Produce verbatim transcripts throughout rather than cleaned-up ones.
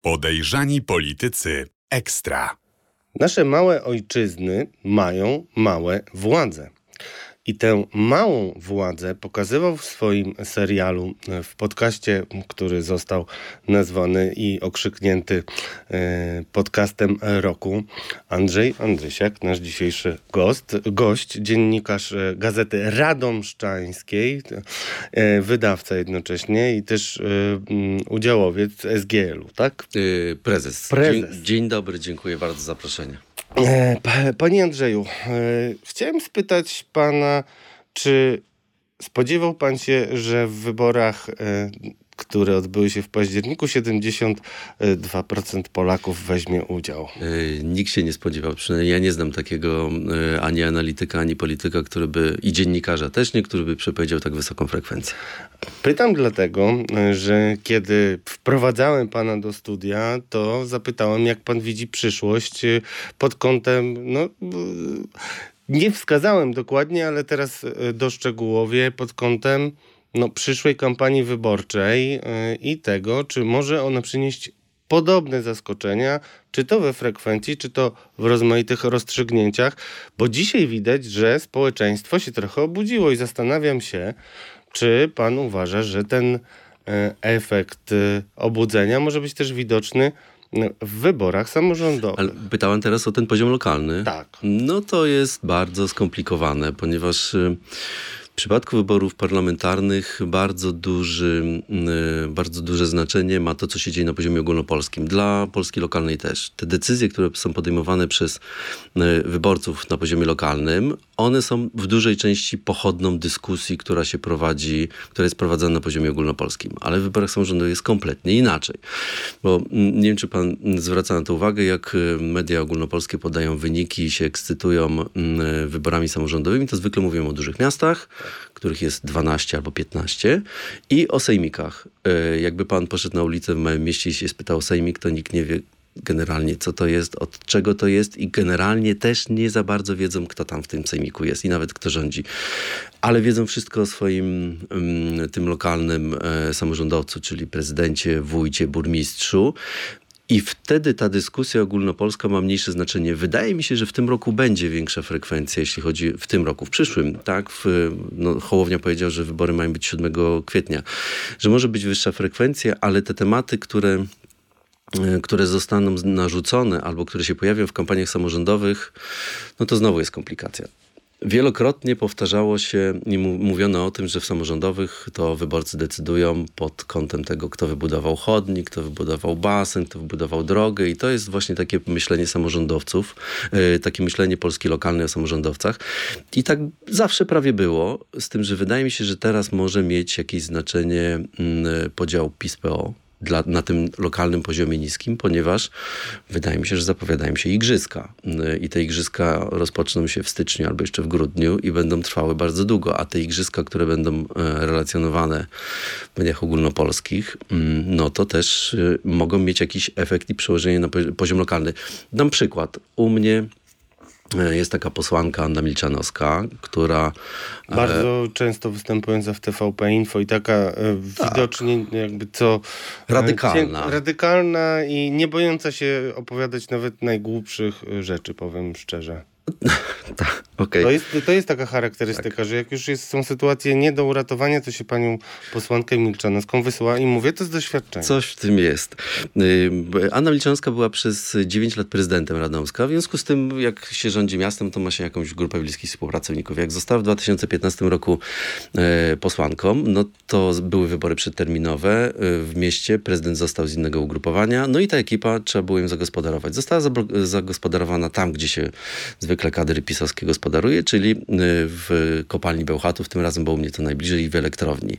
Podejrzani politycy ekstra. Nasze małe ojczyzny mają małe władze. I tę małą władzę pokazywał w swoim serialu, w podcaście, który został nazwany i okrzyknięty e, podcastem roku, Andrzej Andrysiak, nasz dzisiejszy gość, gość dziennikarz Gazety Radomszczańskiej, e, wydawca jednocześnie i też e, udziałowiec S G L u, tak? Yy, prezes. Prezes. Dzień, dzień dobry, dziękuję bardzo za zaproszenie. E, Panie Andrzeju, e, chciałem spytać pana, czy spodziewał pan się, że w wyborach, e, które odbyły się w październiku, siedemdziesiąt dwa procent Polaków weźmie udział? Yy, nikt się nie spodziewał, przynajmniej ja nie znam takiego yy, ani analityka, ani polityka, który by, i dziennikarza też nie, który by przepowiedział tak wysoką frekwencję. Pytam dlatego, że kiedy wprowadzałem pana do studia, to zapytałem, jak pan widzi przyszłość pod kątem, no nie wskazałem dokładnie, ale teraz doszczegółowię pod kątem no, przyszłej kampanii wyborczej i tego, czy może ona przynieść podobne zaskoczenia, czy to we frekwencji, czy to w rozmaitych rozstrzygnięciach, bo dzisiaj widać, że społeczeństwo się trochę obudziło i zastanawiam się, czy pan uważa, że ten efekt obudzenia może być też widoczny w wyborach samorządowych? Ale pytałem teraz o ten poziom lokalny. Tak. No to jest bardzo skomplikowane, ponieważ w przypadku wyborów parlamentarnych bardzo, duży, bardzo duże znaczenie ma to, co się dzieje na poziomie ogólnopolskim. Dla Polski lokalnej też. Te decyzje, które są podejmowane przez wyborców na poziomie lokalnym, one są w dużej części pochodną dyskusji, która się prowadzi, która jest prowadzona na poziomie ogólnopolskim. Ale w wyborach samorządowych jest kompletnie inaczej. Bo nie wiem, czy pan zwraca na to uwagę, jak media ogólnopolskie podają wyniki i się ekscytują wyborami samorządowymi, to zwykle mówią o dużych miastach, których jest dwanaście albo piętnaście, i o sejmikach. Jakby pan poszedł na ulicę w małym mieście i się spytał o sejmik, to nikt nie wie generalnie, co to jest, od czego to jest, i generalnie też nie za bardzo wiedzą, kto tam w tym sejmiku jest i nawet kto rządzi. Ale wiedzą wszystko o swoim um, tym lokalnym e, samorządowcu, czyli prezydencie, wójcie, burmistrzu. I wtedy ta dyskusja ogólnopolska ma mniejsze znaczenie. Wydaje mi się, że w tym roku będzie większa frekwencja, jeśli chodzi w tym roku, w przyszłym, tak? W, no, Hołownia powiedział, że wybory mają być siódmego kwietnia, że może być wyższa frekwencja, ale te tematy, które które zostaną narzucone albo które się pojawią w kampaniach samorządowych, no to znowu jest komplikacja. Wielokrotnie powtarzało się i mówiono o tym, że w samorządowych to wyborcy decydują pod kątem tego, kto wybudował chodnik, kto wybudował basen, kto wybudował drogę, i to jest właśnie takie myślenie samorządowców, yy, takie myślenie Polski lokalnej o samorządowcach. I tak zawsze prawie było, z tym, że wydaje mi się, że teraz może mieć jakieś znaczenie yy, podział PiS-P O. Dla, na tym lokalnym poziomie niskim, ponieważ wydaje mi się, że zapowiadają się igrzyska. I te igrzyska rozpoczną się w styczniu albo jeszcze w grudniu i będą trwały bardzo długo. A te igrzyska, które będą relacjonowane w mediach ogólnopolskich, no to też mogą mieć jakiś efekt i przełożenie na poziom lokalny. Dam przykład. U mnie jest taka posłanka Anna Milczanowska, która bardzo e, często występująca w T V P Info i taka e, widocznie jakby co... Radykalna. E, radykalna i nie bojąca się opowiadać nawet najgłupszych rzeczy, powiem szczerze. Tak, okay. To jest, to jest taka charakterystyka, tak, że jak już jest, są sytuacje nie do uratowania, to się panią posłankę Milczanowską wysyła i mówię to z doświadczenia. Coś w tym jest. Anna Milczanowska była przez dziewięć lat prezydentem Radomska. W związku z tym, jak się rządzi miastem, to ma się jakąś grupę bliskich współpracowników. Jak została w dwa tysiące piętnastym roku e, posłanką, no to były wybory przedterminowe w mieście. Prezydent został z innego ugrupowania. No i ta ekipa, trzeba było ją zagospodarować. Została zagospodarowana tam, gdzie się zwykle kadry pisowskie gospodaruje, czyli w kopalni Bełchatów, tym razem, bo u mnie to najbliżej, w elektrowni.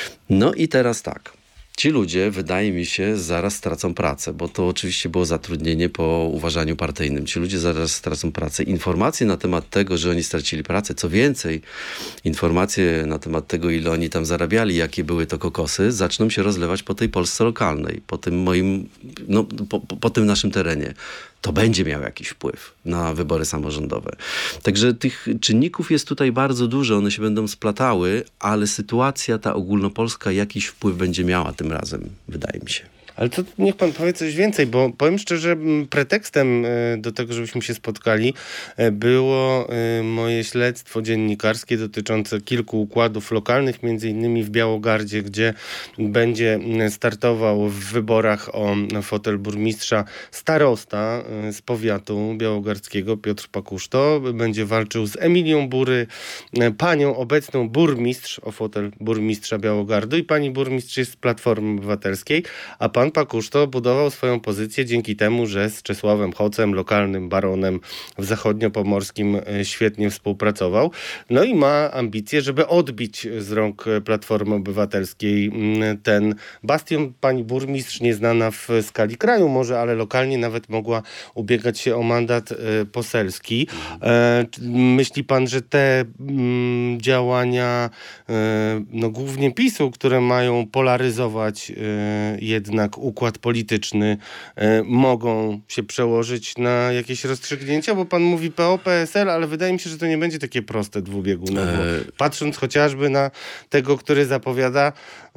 No i teraz tak. Ci ludzie, wydaje mi się, zaraz stracą pracę, bo to oczywiście było zatrudnienie po uważaniu partyjnym. Ci ludzie zaraz stracą pracę. Informacje na temat tego, że oni stracili pracę, co więcej, informacje na temat tego, ile oni tam zarabiali, jakie były to kokosy, zaczną się rozlewać po tej Polsce lokalnej, po tym moim, no, po, po, po tym naszym terenie. To będzie miało jakiś wpływ na wybory samorządowe. Także tych czynników jest tutaj bardzo dużo, one się będą splatały, ale sytuacja ta ogólnopolska jakiś wpływ będzie miała tym razem, wydaje mi się. Ale to niech pan powie coś więcej, bo powiem szczerze, pretekstem do tego, żebyśmy się spotkali, było moje śledztwo dziennikarskie dotyczące kilku układów lokalnych, między innymi w Białogardzie, gdzie będzie startował w wyborach o fotel burmistrza starosta z powiatu białogardzkiego, Piotr Pakuszto. Będzie walczył z Emilią Bury, panią obecną burmistrz o fotel burmistrza Białogardu, i pani burmistrz jest z Platformy Obywatelskiej, a pan Pakuszto budował swoją pozycję dzięki temu, że z Czesławem Hocem, lokalnym baronem w zachodniopomorskim, świetnie współpracował. No i ma ambicje, żeby odbić z rąk Platformy Obywatelskiej ten bastion. Pani burmistrz, nieznana w skali kraju może, ale lokalnie nawet mogła ubiegać się o mandat poselski. Myśli pan, że te działania no, głównie PiSu, które mają polaryzować jednak układ polityczny, mogą się przełożyć na jakieś rozstrzygnięcia? Bo pan mówi P O, P S L, ale wydaje mi się, że to nie będzie takie proste dwubiegunowo. Eee. Patrząc chociażby na tego, który zapowiada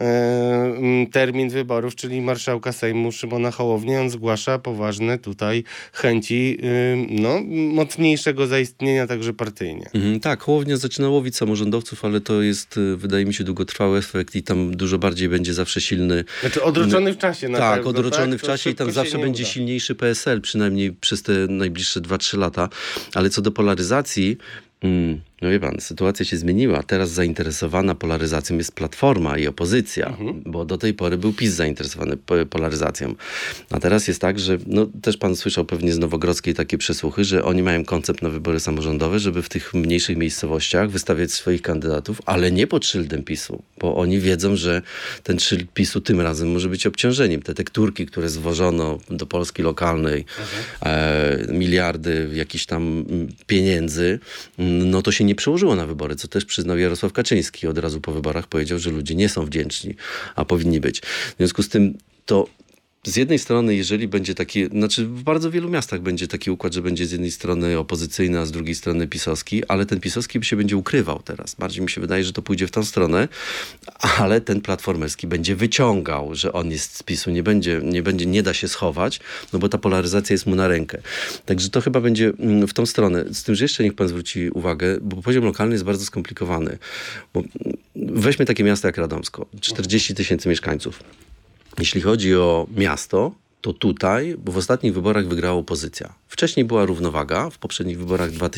e, termin wyborów, czyli marszałka Sejmu Szymona Hołownię, on zgłasza poważne tutaj chęci e, no, mocniejszego zaistnienia także partyjnie. Mhm, tak, Hołownia zaczyna łowić samorządowców, ale to jest, wydaje mi się, długotrwały efekt i tam dużo bardziej będzie zawsze silny... Znaczy odroczony w czasie na Tak, pewno, odroczony tak? w czasie i tam zawsze będzie uda. silniejszy P S L, przynajmniej przez te najbliższe dwa trzy lata. Ale co do polaryzacji, mm, no wie pan, sytuacja się zmieniła. Teraz zainteresowana polaryzacją jest Platforma i opozycja, mhm. bo do tej pory był PiS zainteresowany polaryzacją. A teraz jest tak, że no, też pan słyszał pewnie z Nowogrodzkiej takie przesłuchy, że oni mają koncept na wybory samorządowe, żeby w tych mniejszych miejscowościach wystawiać swoich kandydatów, ale nie pod szyldem PiSu, bo oni wiedzą, że ten szyld PiSu tym razem może być obciążeniem. Te tekturki, które zwożono do Polski lokalnej, mhm. e, miliardy jakichś tam pieniędzy, no to się nie nie przełożyło na wybory, co też przyznał Jarosław Kaczyński. Od razu po wyborach powiedział, że ludzie nie są wdzięczni, a powinni być. W związku z tym to z jednej strony, jeżeli będzie taki, znaczy w bardzo wielu miastach będzie taki układ, że będzie z jednej strony opozycyjny, a z drugiej strony pisowski, ale ten pisowski się będzie ukrywał teraz. Bardziej mi się wydaje, że to pójdzie w tą stronę, ale ten platformerski będzie wyciągał, że on jest z PiSu, nie będzie, nie będzie, nie da się schować, no bo ta polaryzacja jest mu na rękę. Także to chyba będzie w tą stronę. Z tym, że jeszcze niech pan zwróci uwagę, bo poziom lokalny jest bardzo skomplikowany. Bo weźmy takie miasto jak Radomsko, czterdzieści tysięcy mieszkańców. Jeśli chodzi o miasto, to tutaj, bo w ostatnich wyborach wygrała opozycja. Wcześniej była równowaga w poprzednich wyborach dwa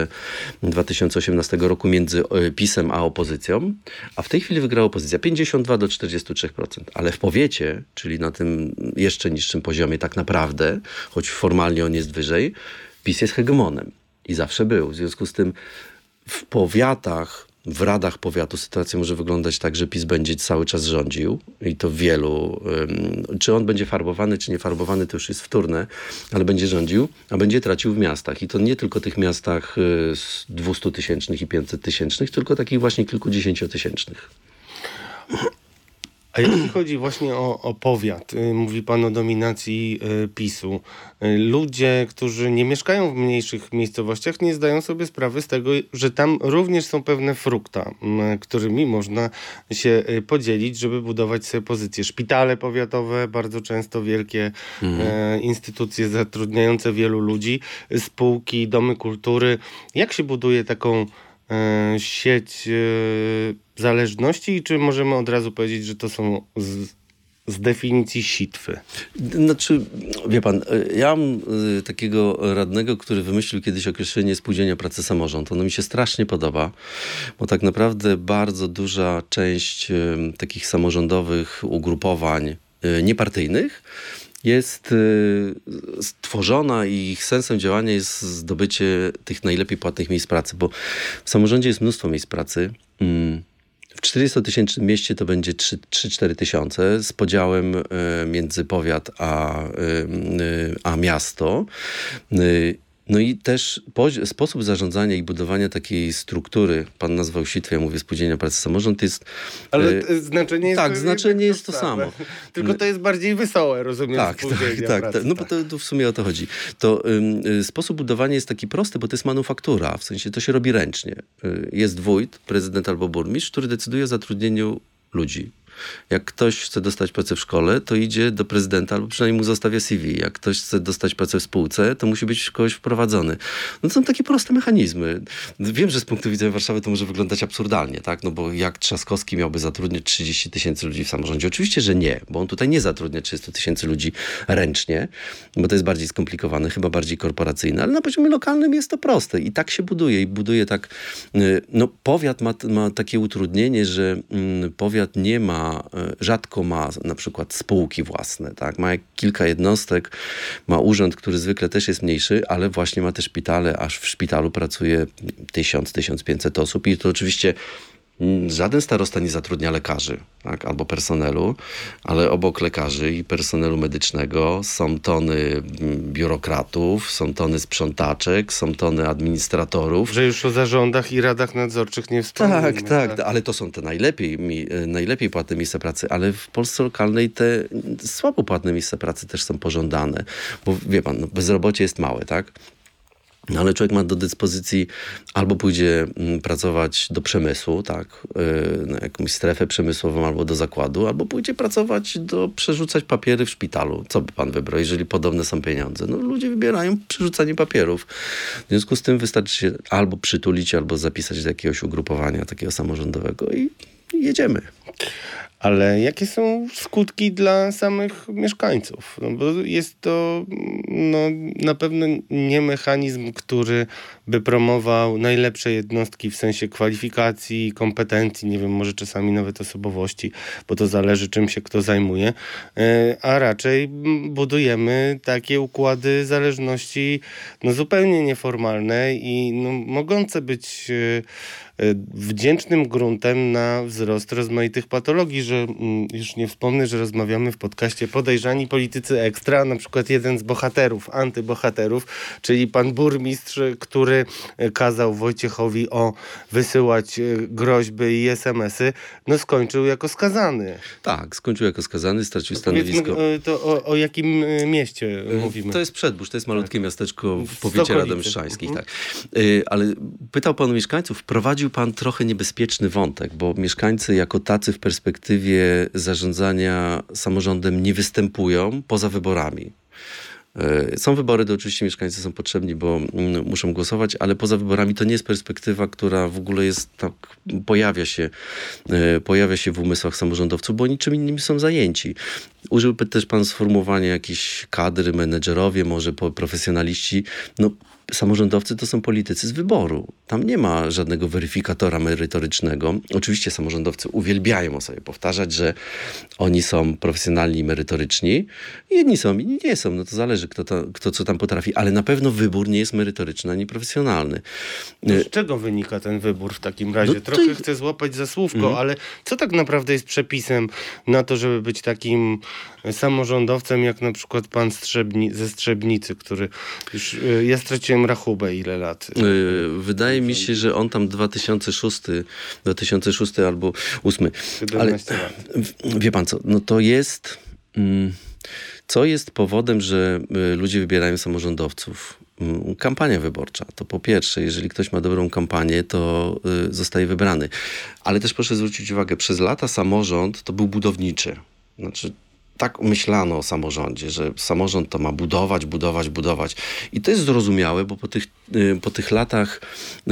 tysiące osiemnastego roku między PiS-em a opozycją, a w tej chwili wygrała opozycja pięćdziesiąt dwa do czterdziestu trzech procent. Ale w powiecie, czyli na tym jeszcze niższym poziomie tak naprawdę, choć formalnie on jest wyżej, PiS jest hegemonem i zawsze był. W związku z tym w powiatach, w radach powiatu sytuacja może wyglądać tak, że PiS będzie cały czas rządził i to wielu, um, czy on będzie farbowany, czy nie farbowany, to już jest wtórne, ale będzie rządził, a będzie tracił w miastach. I to nie tylko tych miastach y, dwustutysięcznych i pięćsettysięcznych, tylko takich właśnie kilkudziesięciotysięcznych. A jeśli chodzi właśnie o, o powiat, mówi pan o dominacji y, PiSu. Y, ludzie, którzy nie mieszkają w mniejszych miejscowościach, nie zdają sobie sprawy z tego, że tam również są pewne frukta, y, którymi można się y, podzielić, żeby budować sobie pozycje. Szpitale powiatowe, bardzo często wielkie mhm. y, instytucje zatrudniające wielu ludzi, spółki, domy kultury. Jak się buduje taką y, sieć y, zależności i czy możemy od razu powiedzieć, że to są z, z definicji sitwy? Znaczy, wie pan, ja mam y, takiego radnego, który wymyślił kiedyś określenie spółdzielnia pracy samorząd. Ono mi się strasznie podoba, bo tak naprawdę bardzo duża część y, takich samorządowych ugrupowań y, niepartyjnych jest y, stworzona i ich sensem działania jest zdobycie tych najlepiej płatnych miejsc pracy, bo w samorządzie jest mnóstwo miejsc pracy. Mm. W czterdziestotysięcznym mieście to będzie trzy cztery tysiące z podziałem y, między powiat a, y, y, a miasto. Y, No i też pozi- sposób zarządzania i budowania takiej struktury, pan nazwał sitwę, ja mówię spółdzielnia pracy samorząd, jest... Ale y, znaczenie jest Tak, to, znaczenie jest to to samo. samo. Tylko to jest bardziej wesołe, rozumiem, tak, spółdzielnia tak, pracy. tak, no bo to, to w sumie o to chodzi. To y, sposób budowania jest taki prosty, bo to jest manufaktura, w sensie to się robi ręcznie. Y, jest wójt, prezydent albo burmistrz, który decyduje o zatrudnieniu ludzi. Jak ktoś chce dostać pracę w szkole, to idzie do prezydenta albo przynajmniej mu zostawia C V. Jak ktoś chce dostać pracę w spółce, to musi być kogoś wprowadzony. No to są takie proste mechanizmy. Wiem, że z punktu widzenia Warszawy to może wyglądać absurdalnie, tak? No bo jak Trzaskowski miałby zatrudnić trzydzieści tysięcy ludzi w samorządzie? Oczywiście, że nie, bo on tutaj nie zatrudnia trzydzieści tysięcy ludzi ręcznie, bo to jest bardziej skomplikowane, chyba bardziej korporacyjne, ale na poziomie lokalnym jest to proste i tak się buduje i buduje tak, no powiat ma, ma takie utrudnienie, że mm, powiat nie ma, rzadko ma na przykład spółki własne, tak? Ma kilka jednostek, ma urząd, który zwykle też jest mniejszy, ale właśnie ma te szpitale, aż w szpitalu pracuje tysiąc, tysiąc pięćset osób i to oczywiście żaden starosta nie zatrudnia lekarzy, tak, albo personelu, ale obok lekarzy i personelu medycznego są tony biurokratów, są tony sprzątaczek, są tony administratorów. Że już o zarządach i radach nadzorczych nie wspomnimy. Tak, tak, tak, ale to są te najlepiej, najlepiej płatne miejsca pracy, ale w Polsce lokalnej te słabo płatne miejsca pracy też są pożądane, bo wie pan, no, bezrobocie jest małe, tak? No ale człowiek ma do dyspozycji albo pójdzie m, pracować do przemysłu, tak, yy, na jakąś strefę przemysłową albo do zakładu, albo pójdzie pracować do, przerzucać papiery w szpitalu. Co by pan wybrał, jeżeli podobne są pieniądze? No ludzie wybierają przerzucanie papierów. W związku z tym wystarczy się albo przytulić, albo zapisać do jakiegoś ugrupowania takiego samorządowego i, i jedziemy. Ale jakie są skutki dla samych mieszkańców? No bo jest to no, na pewno nie mechanizm, który by promował najlepsze jednostki w sensie kwalifikacji, kompetencji, nie wiem, może czasami nawet osobowości, bo to zależy, czym się kto zajmuje, a raczej budujemy takie układy zależności no, zupełnie nieformalne i no, mogące być wdzięcznym gruntem na wzrost rozmaitych patologii, że już nie wspomnę, że rozmawiamy w podcaście Podejrzani Politycy Ekstra, na przykład jeden z bohaterów, antybohaterów, czyli pan burmistrz, który kazał Wojciechowi o wysyłać groźby i es em esy, no skończył jako skazany. Tak, skończył jako skazany, stracił No stanowisko. To o, o jakim mieście mówimy? To jest Przedbórz, to jest malutkie tak. miasteczko w W powiecie Stokolicy. radomszczańskich. Mhm. Tak. Ale pytał pan o mieszkańców, wprowadził pan trochę niebezpieczny wątek, bo mieszkańcy jako tacy w perspektywie zarządzania samorządem nie występują poza wyborami. Są wybory, to oczywiście mieszkańcy są potrzebni, bo no, muszą głosować, ale poza wyborami to nie jest perspektywa, która w ogóle jest tak, pojawia się, pojawia się w umysłach samorządowców, bo niczym innym są zajęci. Użyłby też pan sformułowania jakieś kadry, menedżerowie, może profesjonaliści. No, samorządowcy to są politycy z wyboru. Tam nie ma żadnego weryfikatora merytorycznego. Oczywiście samorządowcy uwielbiają o sobie powtarzać, że oni są profesjonalni i merytoryczni. Jedni są, inni nie są. No to zależy, kto, to, kto co tam potrafi. Ale na pewno wybór nie jest merytoryczny ani profesjonalny. No z czego wynika ten wybór w takim razie? No to... Trochę chcę złapać za słówko, mm. ale co tak naprawdę jest przepisem na to, żeby być takim samorządowcem, jak na przykład pan Strzebni, ze Strzebnicy, który już, ja straciłem rachubę ile lat. Wydaje mi się, że on tam dwa tysiące szósty, dwa tysiące szósty albo ósmy. Ale wie pan co, no to jest... Mm, co jest powodem, że ludzie wybierają samorządowców? Kampania wyborcza. To po pierwsze, jeżeli ktoś ma dobrą kampanię, to y, zostaje wybrany. Ale też proszę zwrócić uwagę, przez lata samorząd to był budowniczy. Znaczy tak myślano o samorządzie, że samorząd to ma budować, budować, budować. I to jest zrozumiałe, bo po tych, po tych latach,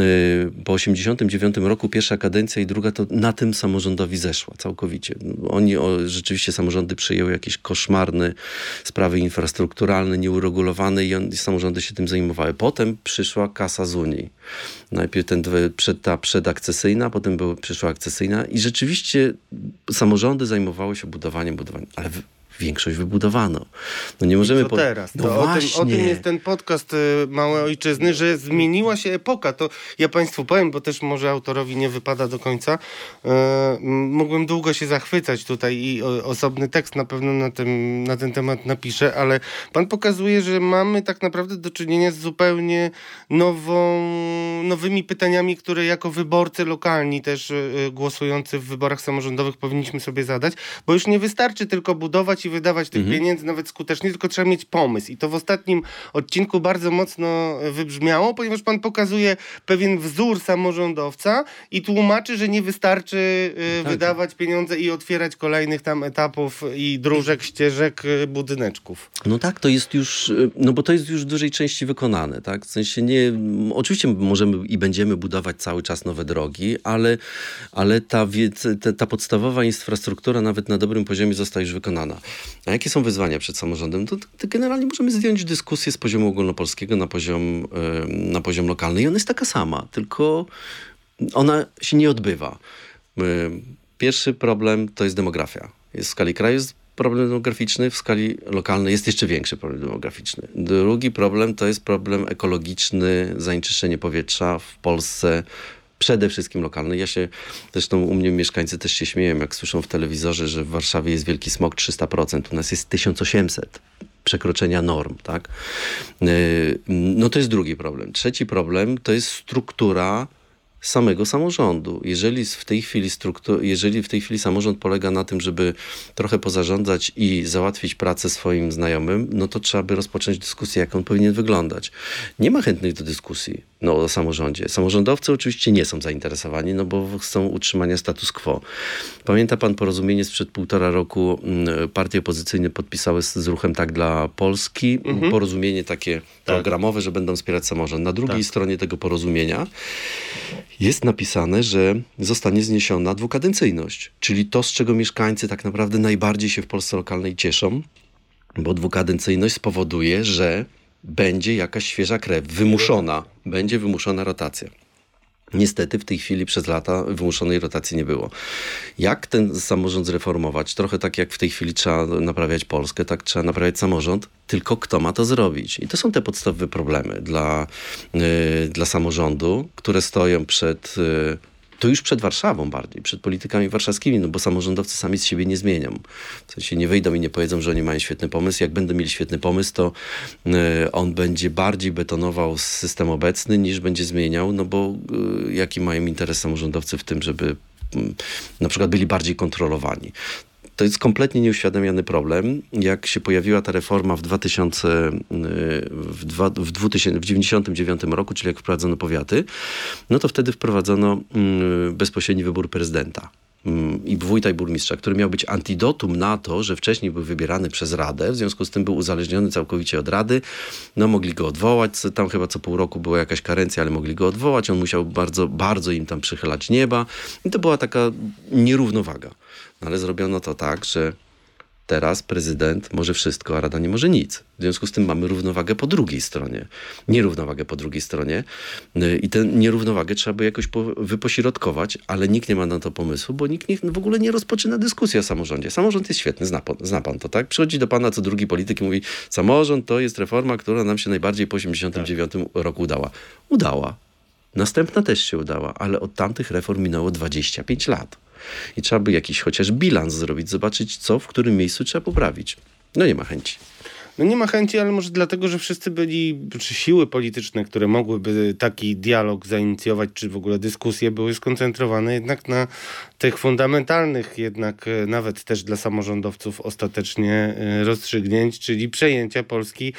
po osiemdziesiątym dziewiątym roku, pierwsza kadencja i druga, to na tym samorządowi zeszła całkowicie. Oni o, rzeczywiście samorządy przejęły jakieś koszmarne sprawy infrastrukturalne, nieuregulowane i on, samorządy się tym zajmowały. Potem przyszła kasa z Unii. Najpierw ten, ta przedakcesyjna, potem była, przyszła akcesyjna i rzeczywiście samorządy zajmowały się budowaniem, budowaniem, ale w, większość wybudowano. No nie możemy... I co po... teraz? No to o, właśnie. tym, o tym jest ten podcast y, Małe Ojczyzny, że zmieniła się epoka. To ja państwu powiem, bo też może autorowi nie wypada do końca. Y, mógłbym długo się zachwycać tutaj i o, osobny tekst na pewno na, tym, na ten temat napiszę, ale pan pokazuje, że mamy tak naprawdę do czynienia z zupełnie nową, nowymi pytaniami, które jako wyborcy lokalni też y, głosujący w wyborach samorządowych powinniśmy sobie zadać, bo już nie wystarczy tylko budować i potrafi wydawać tych mhm. pieniędzy nawet skutecznie, tylko trzeba mieć pomysł. I to w ostatnim odcinku bardzo mocno wybrzmiało, ponieważ pan pokazuje pewien wzór samorządowca i tłumaczy, że nie wystarczy y, tak. wydawać pieniądze i otwierać kolejnych tam etapów i dróżek, ścieżek, y, budyneczków. No tak, to jest już, no bo to jest już w dużej części wykonane, tak? W sensie nie, oczywiście możemy i będziemy budować cały czas nowe drogi, ale, ale ta, ta, ta podstawowa infrastruktura nawet na dobrym poziomie została już wykonana. A jakie są wyzwania przed samorządem? To, to generalnie możemy zdjąć dyskusję z poziomu ogólnopolskiego na poziom, na poziom lokalny i ona jest taka sama, tylko ona się nie odbywa. Pierwszy problem to jest demografia. Jest w skali kraju jest problem demograficzny, w skali lokalnej jest jeszcze większy problem demograficzny. Drugi problem to jest problem ekologiczny, zanieczyszczenie powietrza w Polsce, przede wszystkim lokalny. Ja się, zresztą u mnie mieszkańcy też się śmieją, jak słyszą w telewizorze, że w Warszawie jest wielki smog trzysta procent, u nas jest tysiąc osiemset przekroczenia norm, tak? No to jest drugi problem. Trzeci problem to jest struktura samego samorządu. Jeżeli w tej chwili struktur, jeżeli w tej chwili samorząd polega na tym, żeby trochę pozarządzać i załatwić pracę swoim znajomym, no to trzeba by rozpocząć dyskusję, jak on powinien wyglądać. Nie ma chętnych do dyskusji no, o samorządzie. Samorządowcy oczywiście nie są zainteresowani, no bo chcą utrzymania status quo. Pamięta pan porozumienie sprzed półtora roku? Partie opozycyjne podpisały z, z ruchem Tak dla Polski. Mhm. Porozumienie takie tak. programowe, że będą wspierać samorząd. Na drugiej tak. stronie tego porozumienia jest napisane, że zostanie zniesiona dwukadencyjność, czyli to, z czego mieszkańcy tak naprawdę najbardziej się w Polsce lokalnej cieszą, bo dwukadencyjność spowoduje, że będzie jakaś świeża krew, wymuszona, będzie wymuszona rotacja. Niestety w tej chwili przez lata wymuszonej rotacji nie było. Jak ten samorząd zreformować? Trochę tak jak w tej chwili trzeba naprawiać Polskę, tak trzeba naprawiać samorząd, tylko kto ma to zrobić? I to są te podstawowe problemy dla, yy, dla samorządu, które stoją przed... Yy, to już przed Warszawą bardziej, przed politykami warszawskimi, no bo samorządowcy sami z siebie nie zmienią. W sensie nie wyjdą i nie powiedzą, że oni mają świetny pomysł. Jak będą mieli świetny pomysł, to y, on będzie bardziej betonował system obecny, niż będzie zmieniał, no bo y, jaki mają interes samorządowcy w tym, żeby y, na przykład byli bardziej kontrolowani. To jest kompletnie nieuświadomiony problem. Jak się pojawiła ta reforma w dwa tysiące, w, dwa, w, dwutysięcznym, w dziewięćdziesiątym dziewiątym roku, czyli jak wprowadzono powiaty, no to wtedy wprowadzono bezpośredni wybór prezydenta i wójta i burmistrza, który miał być antidotum na to, że wcześniej był wybierany przez Radę, w związku z tym był uzależniony całkowicie od Rady. No mogli go odwołać, tam chyba co pół roku była jakaś karencja, ale mogli go odwołać, on musiał bardzo, bardzo im tam przychylać nieba i to była taka nierównowaga. No ale zrobiono to tak, że teraz prezydent może wszystko, a Rada nie może nic. W związku z tym mamy równowagę po drugiej stronie. Nierównowagę po drugiej stronie. I tę nierównowagę trzeba by jakoś po, wypośrodkować, ale nikt nie ma na to pomysłu, bo nikt nie, w ogóle nie rozpoczyna dyskusji o samorządzie. Samorząd jest świetny, zna pan, zna pan to, tak? Przychodzi do pana co drugi polityk i mówi, samorząd to jest reforma, która nam się najbardziej po osiemdziesiątym dziewiątym tak. roku udała. Udała. Następna też się udała, ale od tamtych reform minęło dwadzieścia pięć lat. I trzeba by jakiś chociaż bilans zrobić, zobaczyć co, w którym miejscu trzeba poprawić. No nie ma chęci. No nie ma chęci, ale może dlatego, że wszyscy byli, czy siły polityczne, które mogłyby taki dialog zainicjować, czy w ogóle dyskusje, były skoncentrowane jednak na tych fundamentalnych, jednak nawet też dla samorządowców ostatecznie rozstrzygnięć, czyli przejęcia Polski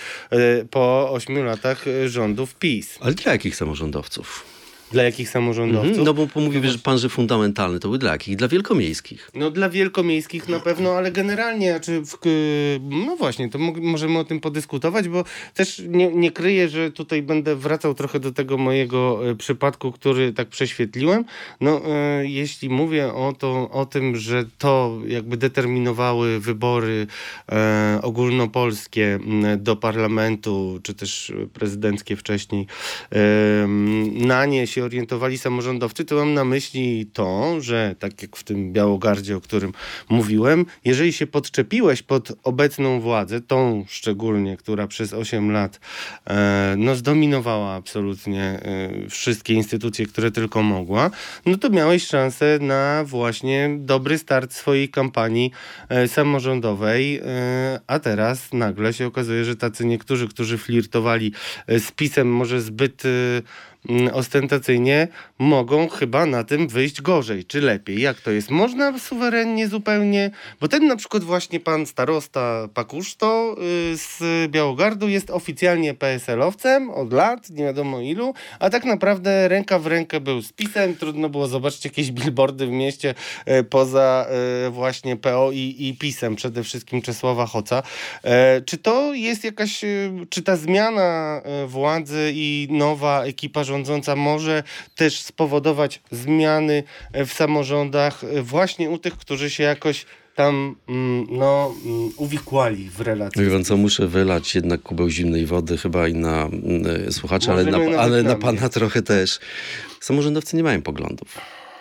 po ośmiu latach rządów PiS. Ale dla jakich samorządowców? Dla jakich samorządowców? Mhm, no bo pomówił no, że pan, że fundamentalny, to były dla jakich? Dla wielkomiejskich. No dla wielkomiejskich na pewno, ale generalnie, czy w, no właśnie, to możemy o tym podyskutować, bo też nie, nie kryję, że tutaj będę wracał trochę do tego mojego przypadku, który tak prześwietliłem. No e, jeśli mówię o, to, o tym, że to jakby determinowały wybory e, ogólnopolskie do parlamentu, czy też prezydenckie wcześniej, e, na nie się orientowali samorządowcy, to mam na myśli to, że tak jak w tym Białogardzie, o którym mówiłem, jeżeli się podczepiłeś pod obecną władzę, tą szczególnie, która przez osiem lat e, no zdominowała absolutnie e, wszystkie instytucje, które tylko mogła, no to miałeś szansę na właśnie dobry start swojej kampanii e, samorządowej, e, a teraz nagle się okazuje, że tacy niektórzy, którzy flirtowali e, z PiS-em może zbyt e, mm, ostentacyjnie mogą chyba na tym wyjść gorzej, czy lepiej. Jak to jest? Można suwerennie zupełnie? Bo ten na przykład właśnie pan starosta Pakuszto y, z Białogardu jest oficjalnie P S L-owcem od lat, nie wiadomo ilu, a tak naprawdę ręka w rękę był z PiS-em. Trudno było zobaczyć jakieś billboardy w mieście y, poza y, właśnie P O i, i PiS-em, przede wszystkim Czesława Hoca. Y, czy to jest jakaś, y, czy ta zmiana y, władzy i nowa ekipa rządząca może też spowodować zmiany w samorządach właśnie u tych, którzy się jakoś tam no, uwikłali w relacje. Wie pan co, muszę wylać jednak kubeł zimnej wody chyba i na y, słuchaczy, ale, na, ale na pana trochę też. Samorządowcy nie mają poglądów.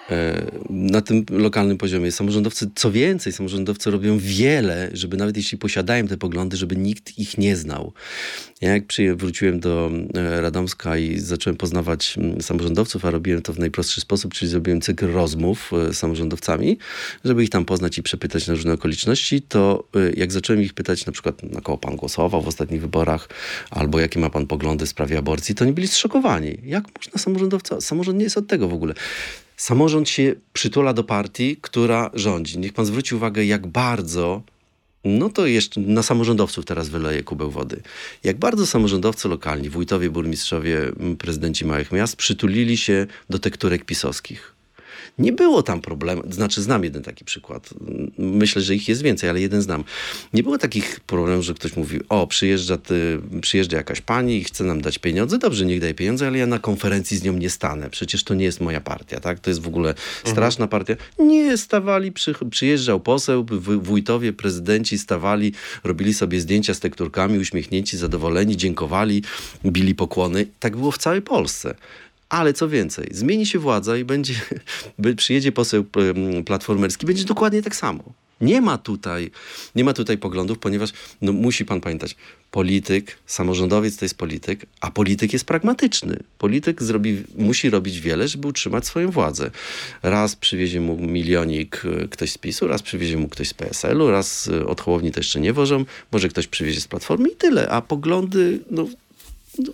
Na tym lokalnym poziomie. Samorządowcy, co więcej, samorządowcy robią wiele, żeby nawet jeśli posiadają te poglądy, żeby nikt ich nie znał. Ja jak przyje, wróciłem do Radomska i zacząłem poznawać samorządowców, a robiłem to w najprostszy sposób, czyli zrobiłem cykl rozmów z samorządowcami, żeby ich tam poznać i przepytać na różne okoliczności, to jak zacząłem ich pytać na przykład, na kogo pan głosował w ostatnich wyborach, albo jakie ma pan poglądy w sprawie aborcji, to oni byli zszokowani. Jak można samorządowca? Samorząd nie jest od tego w ogóle. Samorząd się przytula do partii, która rządzi. Niech pan zwróci uwagę, jak bardzo, no to jeszcze na samorządowców teraz wyleje kubeł wody, jak bardzo samorządowcy lokalni, wójtowie, burmistrzowie, prezydenci małych miast przytulili się do tekturek pisowskich. Nie było tam problemu, znaczy znam jeden taki przykład. Myślę, że ich jest więcej, ale jeden znam. Nie było takich problemów, że ktoś mówi, o, przyjeżdża, ty, przyjeżdża jakaś pani i chce nam dać pieniądze. Dobrze, niech daje pieniądze, ale ja na konferencji z nią nie stanę. Przecież to nie jest moja partia, tak? To jest w ogóle straszna mhm. partia. Nie, stawali, przy, przyjeżdżał poseł, wójtowie, prezydenci stawali, robili sobie zdjęcia z tekturkami, uśmiechnięci, zadowoleni, dziękowali, bili pokłony. Tak było w całej Polsce. Ale co więcej, zmieni się władza i będzie, przyjedzie poseł platformerski, będzie dokładnie tak samo. Nie ma tutaj, nie ma tutaj poglądów, ponieważ no, musi pan pamiętać, polityk, samorządowiec to jest polityk, a polityk jest pragmatyczny. Polityk zrobi, musi robić wiele, żeby utrzymać swoją władzę. Raz przywiezie mu milionik ktoś z PiSu, raz przywiezie mu ktoś z P S L u, raz od Hołowni to jeszcze nie wożą, może ktoś przywiezie z Platformy i tyle. A poglądy, no, no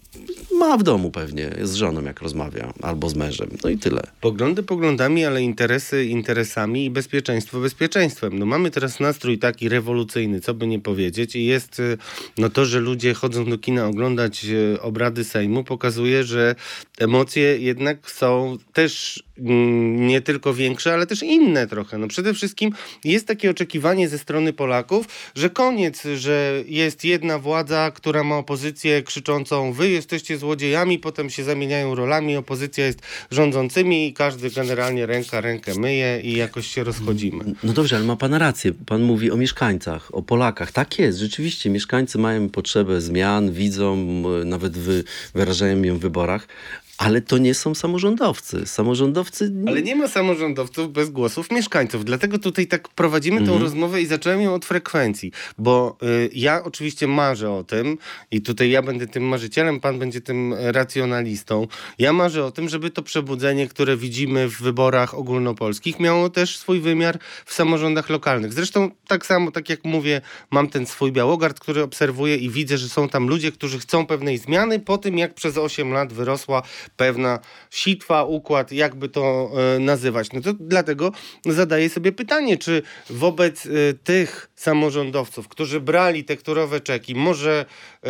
ma w domu pewnie, z żoną jak rozmawia, albo z mężem, no i tyle. Poglądy poglądami, ale interesy interesami i bezpieczeństwo bezpieczeństwem. No mamy teraz nastrój taki rewolucyjny, co by nie powiedzieć, i jest no to, że ludzie chodzą do kina oglądać obrady Sejmu, pokazuje, że emocje jednak są też mm, nie tylko większe, ale też inne trochę. No przede wszystkim jest takie oczekiwanie ze strony Polaków, że koniec, że jest jedna władza, która ma opozycję krzyczącą, wy jesteście złodziejami, potem się zamieniają rolami, opozycja jest rządzącymi i każdy generalnie ręka rękę myje i jakoś się rozchodzimy. No dobrze, ale ma pan rację. Pan mówi o mieszkańcach, o Polakach. Tak jest, rzeczywiście. Mieszkańcy mają potrzebę zmian, widzą, nawet wy, wyrażają ją w wyborach. Ale to nie są samorządowcy. Samorządowcy... Ale nie ma samorządowców bez głosów mieszkańców. Dlatego tutaj tak prowadzimy mm-hmm. tą rozmowę i zacząłem ją od frekwencji. Bo y, ja oczywiście marzę o tym i tutaj ja będę tym marzycielem, pan będzie tym racjonalistą. Ja marzę o tym, żeby to przebudzenie, które widzimy w wyborach ogólnopolskich, miało też swój wymiar w samorządach lokalnych. Zresztą tak samo, tak jak mówię, mam ten swój Białogard, który obserwuję i widzę, że są tam ludzie, którzy chcą pewnej zmiany po tym, jak przez osiem lat wyrosła pewna sitwa, układ, jakby to e, nazywać. No to dlatego zadaję sobie pytanie, czy wobec e, tych samorządowców, którzy brali tekturowe czeki, może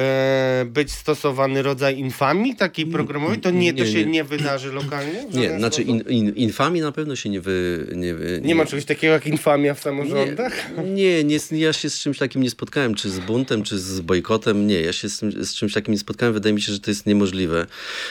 e, być stosowany rodzaj infamii takiej programowej? To nie, to nie, się nie, nie wydarzy lokalnie? Nie, znaczy in, in, infamii na pewno się nie wy... Nie, nie, nie ma czegoś takiego jak infamia w samorządach? Nie, nie, nie, ja się z czymś takim nie spotkałem, czy z buntem, czy z bojkotem. Nie, ja się z, z czymś takim nie spotkałem. Wydaje mi się, że to jest niemożliwe.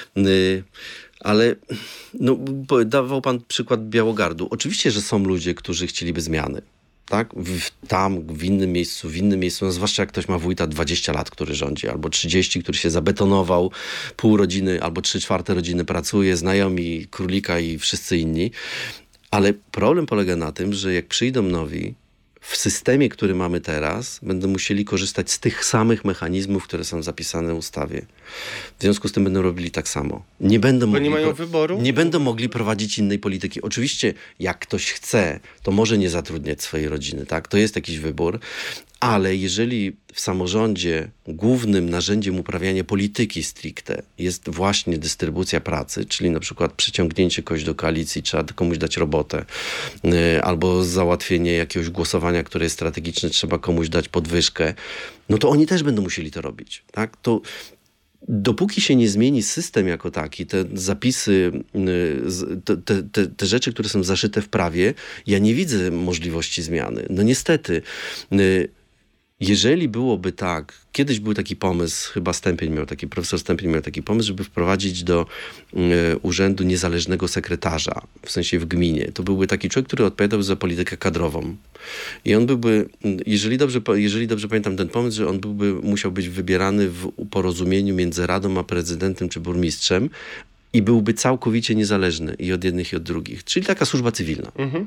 Y- Ale no, dawał pan przykład Białogardu. Oczywiście, że są ludzie, którzy chcieliby zmiany. Tak? W, tam, w innym miejscu, w innym miejscu, no, zwłaszcza jak ktoś ma wójta dwadzieścia lat, który rządzi, albo trzydzieści, który się zabetonował, pół rodziny, albo trzy czwarte rodziny pracuje, znajomi Królika i wszyscy inni. Ale problem polega na tym, że jak przyjdą nowi, w systemie, który mamy teraz, będą musieli korzystać z tych samych mechanizmów, które są zapisane w ustawie. W związku z tym będą robili tak samo. Nie będą Bo mogli, nie mają wyboru? Nie będą mogli prowadzić innej polityki. Oczywiście, jak ktoś chce, to może nie zatrudniać swojej rodziny, tak? To jest jakiś wybór, Ale jeżeli w samorządzie głównym narzędziem uprawiania polityki stricte jest właśnie dystrybucja pracy, czyli na przykład przyciągnięcie kogoś do koalicji, trzeba komuś dać robotę, yy, albo załatwienie jakiegoś głosowania, które jest strategiczne, trzeba komuś dać podwyżkę, no to oni też będą musieli to robić. Tak? To dopóki się nie zmieni system jako taki, te zapisy, te, te, te, te rzeczy, które są zaszyte w prawie, ja nie widzę możliwości zmiany. No niestety, jeżeli byłoby tak, kiedyś był taki pomysł, chyba Stępień miał taki, profesor Stępień miał taki pomysł, żeby wprowadzić do y, urzędu niezależnego sekretarza, w sensie w gminie. To byłby taki człowiek, który odpowiadał za politykę kadrową. I on byłby, jeżeli dobrze, jeżeli dobrze pamiętam ten pomysł, że on byłby, musiał być wybierany w porozumieniu między radą a prezydentem czy burmistrzem i byłby całkowicie niezależny i od jednych i od drugich. Czyli taka służba cywilna. Mhm.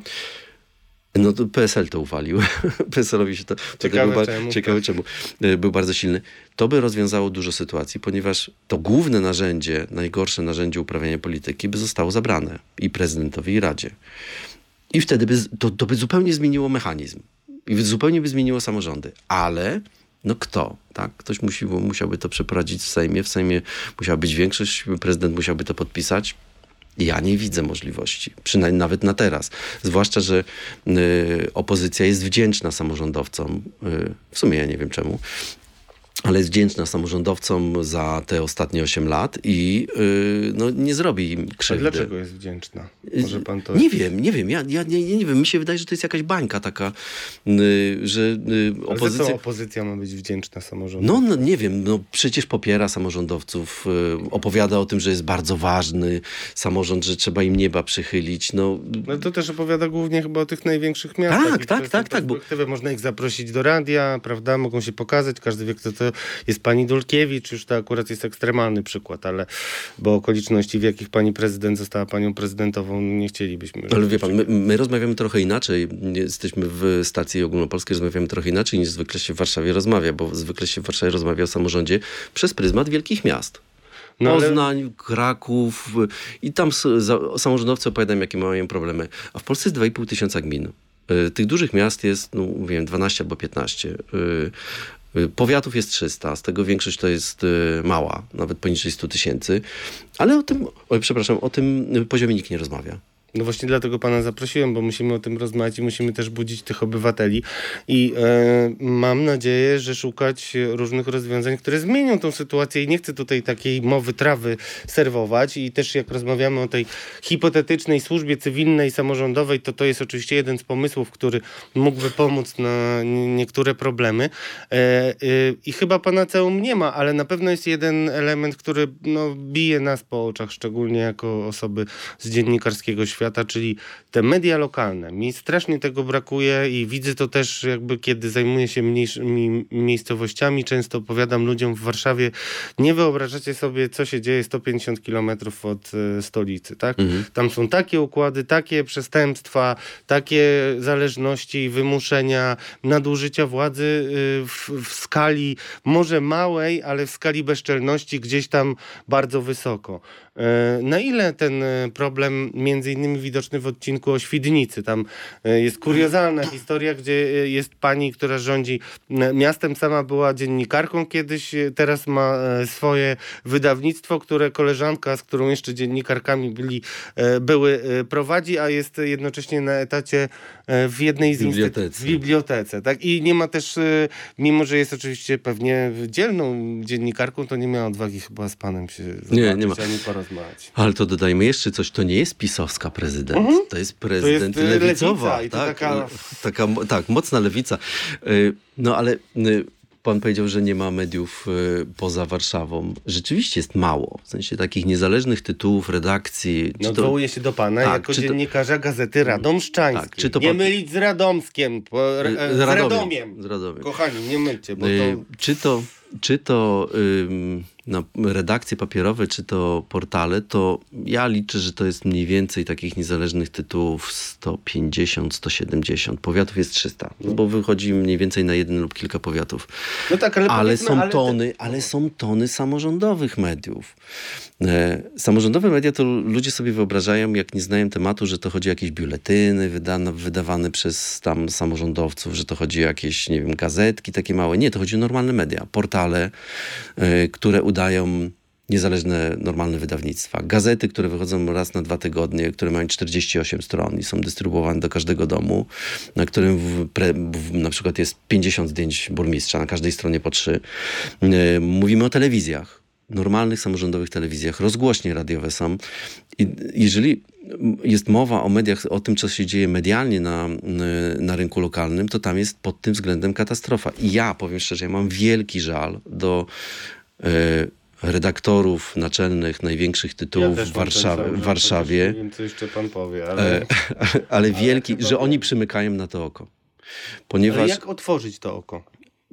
No to P S L to uwalił. P S L-owi się to... Ciekawe był, czemu. Ciekawe czemu. Był bardzo silny. To by rozwiązało dużo sytuacji, ponieważ to główne narzędzie, najgorsze narzędzie uprawiania polityki by zostało zabrane i prezydentowi, i Radzie. I wtedy by to, to by zupełnie zmieniło mechanizm. I zupełnie by zmieniło samorządy. Ale no kto? Tak? Ktoś musi, musiałby to przeprowadzić w Sejmie. W Sejmie musiała być większość, prezydent musiałby to podpisać. Ja nie widzę możliwości, przynajmniej nawet na teraz. Zwłaszcza, że y, opozycja jest wdzięczna samorządowcom, y, w sumie ja nie wiem czemu, ale jest wdzięczna samorządowcom za te ostatnie osiem lat i yy, no, nie zrobi im krzywdy. A dlaczego jest wdzięczna? Może pan to... Nie wiem, nie wiem. Ja, ja nie, nie wiem. Mi się wydaje, że to jest jakaś bańka taka, yy, że yy, opozycja... Ale za co opozycja ma być wdzięczna samorządowcom? No, no nie wiem, no przecież popiera samorządowców, yy, opowiada o tym, że jest bardzo ważny samorząd, że trzeba im nieba przychylić. No, no to też opowiada głównie chyba o tych największych miastach. Tak, tak, tak, tak. Bo... Można ich zaprosić do radia, prawda? Mogą się pokazać, każdy wie, kto to jest pani Dulkiewicz, już to akurat jest ekstremalny przykład, ale bo okoliczności, w jakich pani prezydent została panią prezydentową, nie chcielibyśmy. Ale wie pan, my, my rozmawiamy trochę inaczej. Jesteśmy w stacji ogólnopolskiej, rozmawiamy trochę inaczej niż zwykle się w Warszawie rozmawia, bo zwykle się w Warszawie rozmawia o samorządzie przez pryzmat wielkich miast. No, Poznań, ale... Kraków i tam samorządowcy opowiadają, jakie mają problemy. A w Polsce jest dwa i pół tysiąca gmin. Tych dużych miast jest, no wiem, dwanaście albo piętnaście. Powiatów jest trzysta, z tego większość to jest y, mała, nawet poniżej sto tysięcy, ale o tym, oj, przepraszam, o tym poziomie nikt nie rozmawia. No właśnie dlatego pana zaprosiłem, bo musimy o tym rozmawiać i musimy też budzić tych obywateli i e, mam nadzieję, że szukać różnych rozwiązań, które zmienią tą sytuację i nie chcę tutaj takiej mowy trawy serwować i też jak rozmawiamy o tej hipotetycznej służbie cywilnej, samorządowej, to to jest oczywiście jeden z pomysłów, który mógłby pomóc na niektóre problemy e, e, i chyba panaceum nie ma, ale na pewno jest jeden element, który no, bije nas po oczach, szczególnie jako osoby z dziennikarskiego świata, czyli te media lokalne. Mi strasznie tego brakuje i widzę to też jakby kiedy zajmuję się mniejszymi miejscowościami. Często opowiadam ludziom w Warszawie, nie wyobrażacie sobie, co się dzieje sto pięćdziesiąt kilometrów od y, stolicy. Tak? Mhm. Tam są takie układy, takie przestępstwa, takie zależności, wymuszenia, nadużycia władzy y, w, w skali może małej, ale w skali bezczelności gdzieś tam bardzo wysoko. Na ile ten problem między innymi widoczny w odcinku o Świdnicy? Tam jest kuriozalna historia, gdzie jest pani, która rządzi miastem, sama była dziennikarką kiedyś, teraz ma swoje wydawnictwo, które koleżanka, z którą jeszcze dziennikarkami byli, były, prowadzi, a jest jednocześnie na etacie w jednej z instytucji. W bibliotece. Tak? I nie ma też, mimo że jest oczywiście pewnie dzielną dziennikarką, to nie miała odwagi chyba z panem się zobaczyć, nie, nie ma. ani porozmawiać. Ale to dodajmy jeszcze coś, to nie jest pisowska prezydent, mhm. to jest prezydent to jest lewicowa. Lewica, tak, taka... taka... Tak, mocna lewica. No ale pan powiedział, że nie ma mediów poza Warszawą. Rzeczywiście jest mało. W sensie takich niezależnych tytułów, redakcji. No odwołuję to... się do pana tak, jako dziennikarza to... Gazety Radomszczańskiej. Tak, czy to nie pan... mylić z Radomskiem, po... z, z Radomiem. Radomiem. Z Radomiem. Kochani, nie mylcie, bo to... Czy to czy to ym, no, redakcje papierowe, czy to portale, to ja liczę, że to jest mniej więcej takich niezależnych tytułów sto pięćdziesiąt, sto siedemdziesiąt. Powiatów jest trzysta, no. bo wychodzi mniej więcej na jeden lub kilka powiatów. No tak, ale, ale są ale tony, te... ale są tony samorządowych mediów. E, samorządowe media to ludzie sobie wyobrażają, jak nie znają tematu, że to chodzi o jakieś biuletyny wydane, wydawane przez tam samorządowców, że to chodzi o jakieś, nie wiem, gazetki takie małe. Nie, to chodzi o normalne media, portale, e, które udają niezależne, normalne wydawnictwa. Gazety, które wychodzą raz na dwa tygodnie, które mają czterdzieści osiem stron i są dystrybuowane do każdego domu, na którym w pre, w, na przykład jest pięćdziesiąt zdjęć burmistrza, na każdej stronie po trzy. E, mówimy o telewizjach, normalnych samorządowych telewizjach, rozgłośnie radiowe są. I jeżeli jest mowa o mediach, o tym, co się dzieje medialnie na, na rynku lokalnym, to tam jest pod tym względem katastrofa. I ja, powiem szczerze, ja mam wielki żal do e, redaktorów naczelnych największych tytułów ja w Warszawie. W Warszawie. Nie wiem, co jeszcze pan powie, ale... E, ale wielki, ale że oni wiem. przymykają na to oko. Ponieważ... Ale jak otworzyć to oko?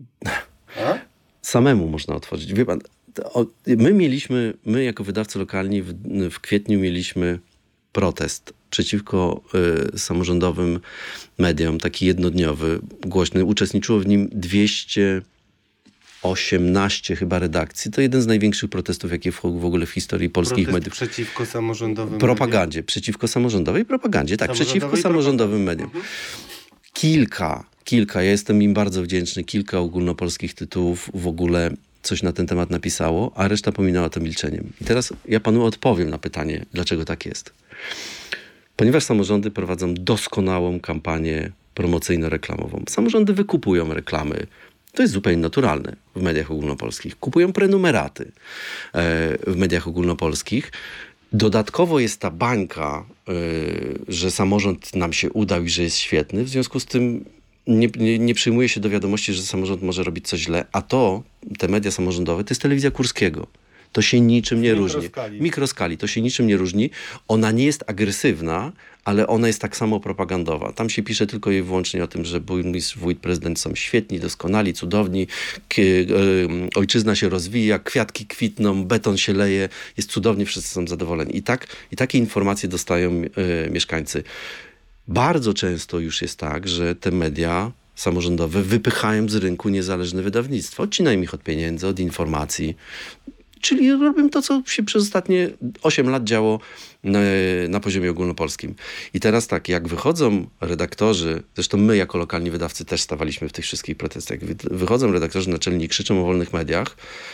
A? Samemu można otworzyć. Wie pan, to, my mieliśmy, my jako wydawcy lokalni w, w kwietniu mieliśmy protest przeciwko y, samorządowym mediom, taki jednodniowy, głośny. Uczestniczyło w nim dwieście osiemnaście chyba redakcji. To jeden z największych protestów, jakie w, w ogóle w historii polskich Protest mediów. przeciwko samorządowym Propagandzie. mediom? Przeciwko samorządowej propagandzie. Tak, Samorządowej przeciwko samorządowym propagandzie. mediom. Kilka, kilka, ja jestem im bardzo wdzięczny, kilka ogólnopolskich tytułów w ogóle coś na ten temat napisało, a reszta pominęła to milczeniem. I teraz ja panu odpowiem na pytanie, dlaczego tak jest. Ponieważ samorządy prowadzą doskonałą kampanię promocyjno-reklamową. Samorządy wykupują reklamy. To jest zupełnie naturalne w mediach ogólnopolskich. Kupują prenumeraty e, w mediach ogólnopolskich. Dodatkowo jest ta bańka, y, że samorząd nam się udał i że jest świetny. W związku z tym nie, nie, nie przyjmuje się do wiadomości, że samorząd może robić coś źle. A to, te media samorządowe, to jest telewizja Kurskiego. To się niczym nie różni. Mikroskali. Mikroskali. To się niczym nie różni. Ona nie jest agresywna, ale ona jest tak samo propagandowa. Tam się pisze tylko i wyłącznie o tym, że burmistrz, wójt, prezydent są świetni, doskonali, cudowni, k- y- ojczyzna się rozwija, kwiatki kwitną, beton się leje, jest cudownie, wszyscy są zadowoleni. I, tak, i takie informacje dostają y- mieszkańcy. Bardzo często już jest tak, że te media samorządowe wypychają z rynku niezależne wydawnictwa. Odcinają ich od pieniędzy, od informacji. Czyli robią to, co się przez ostatnie osiem lat działo na, na poziomie ogólnopolskim. I teraz tak, jak wychodzą redaktorzy, zresztą my jako lokalni wydawcy też stawaliśmy w tych wszystkich protestach, wychodzą redaktorzy naczelni, krzyczą o wolnych mediach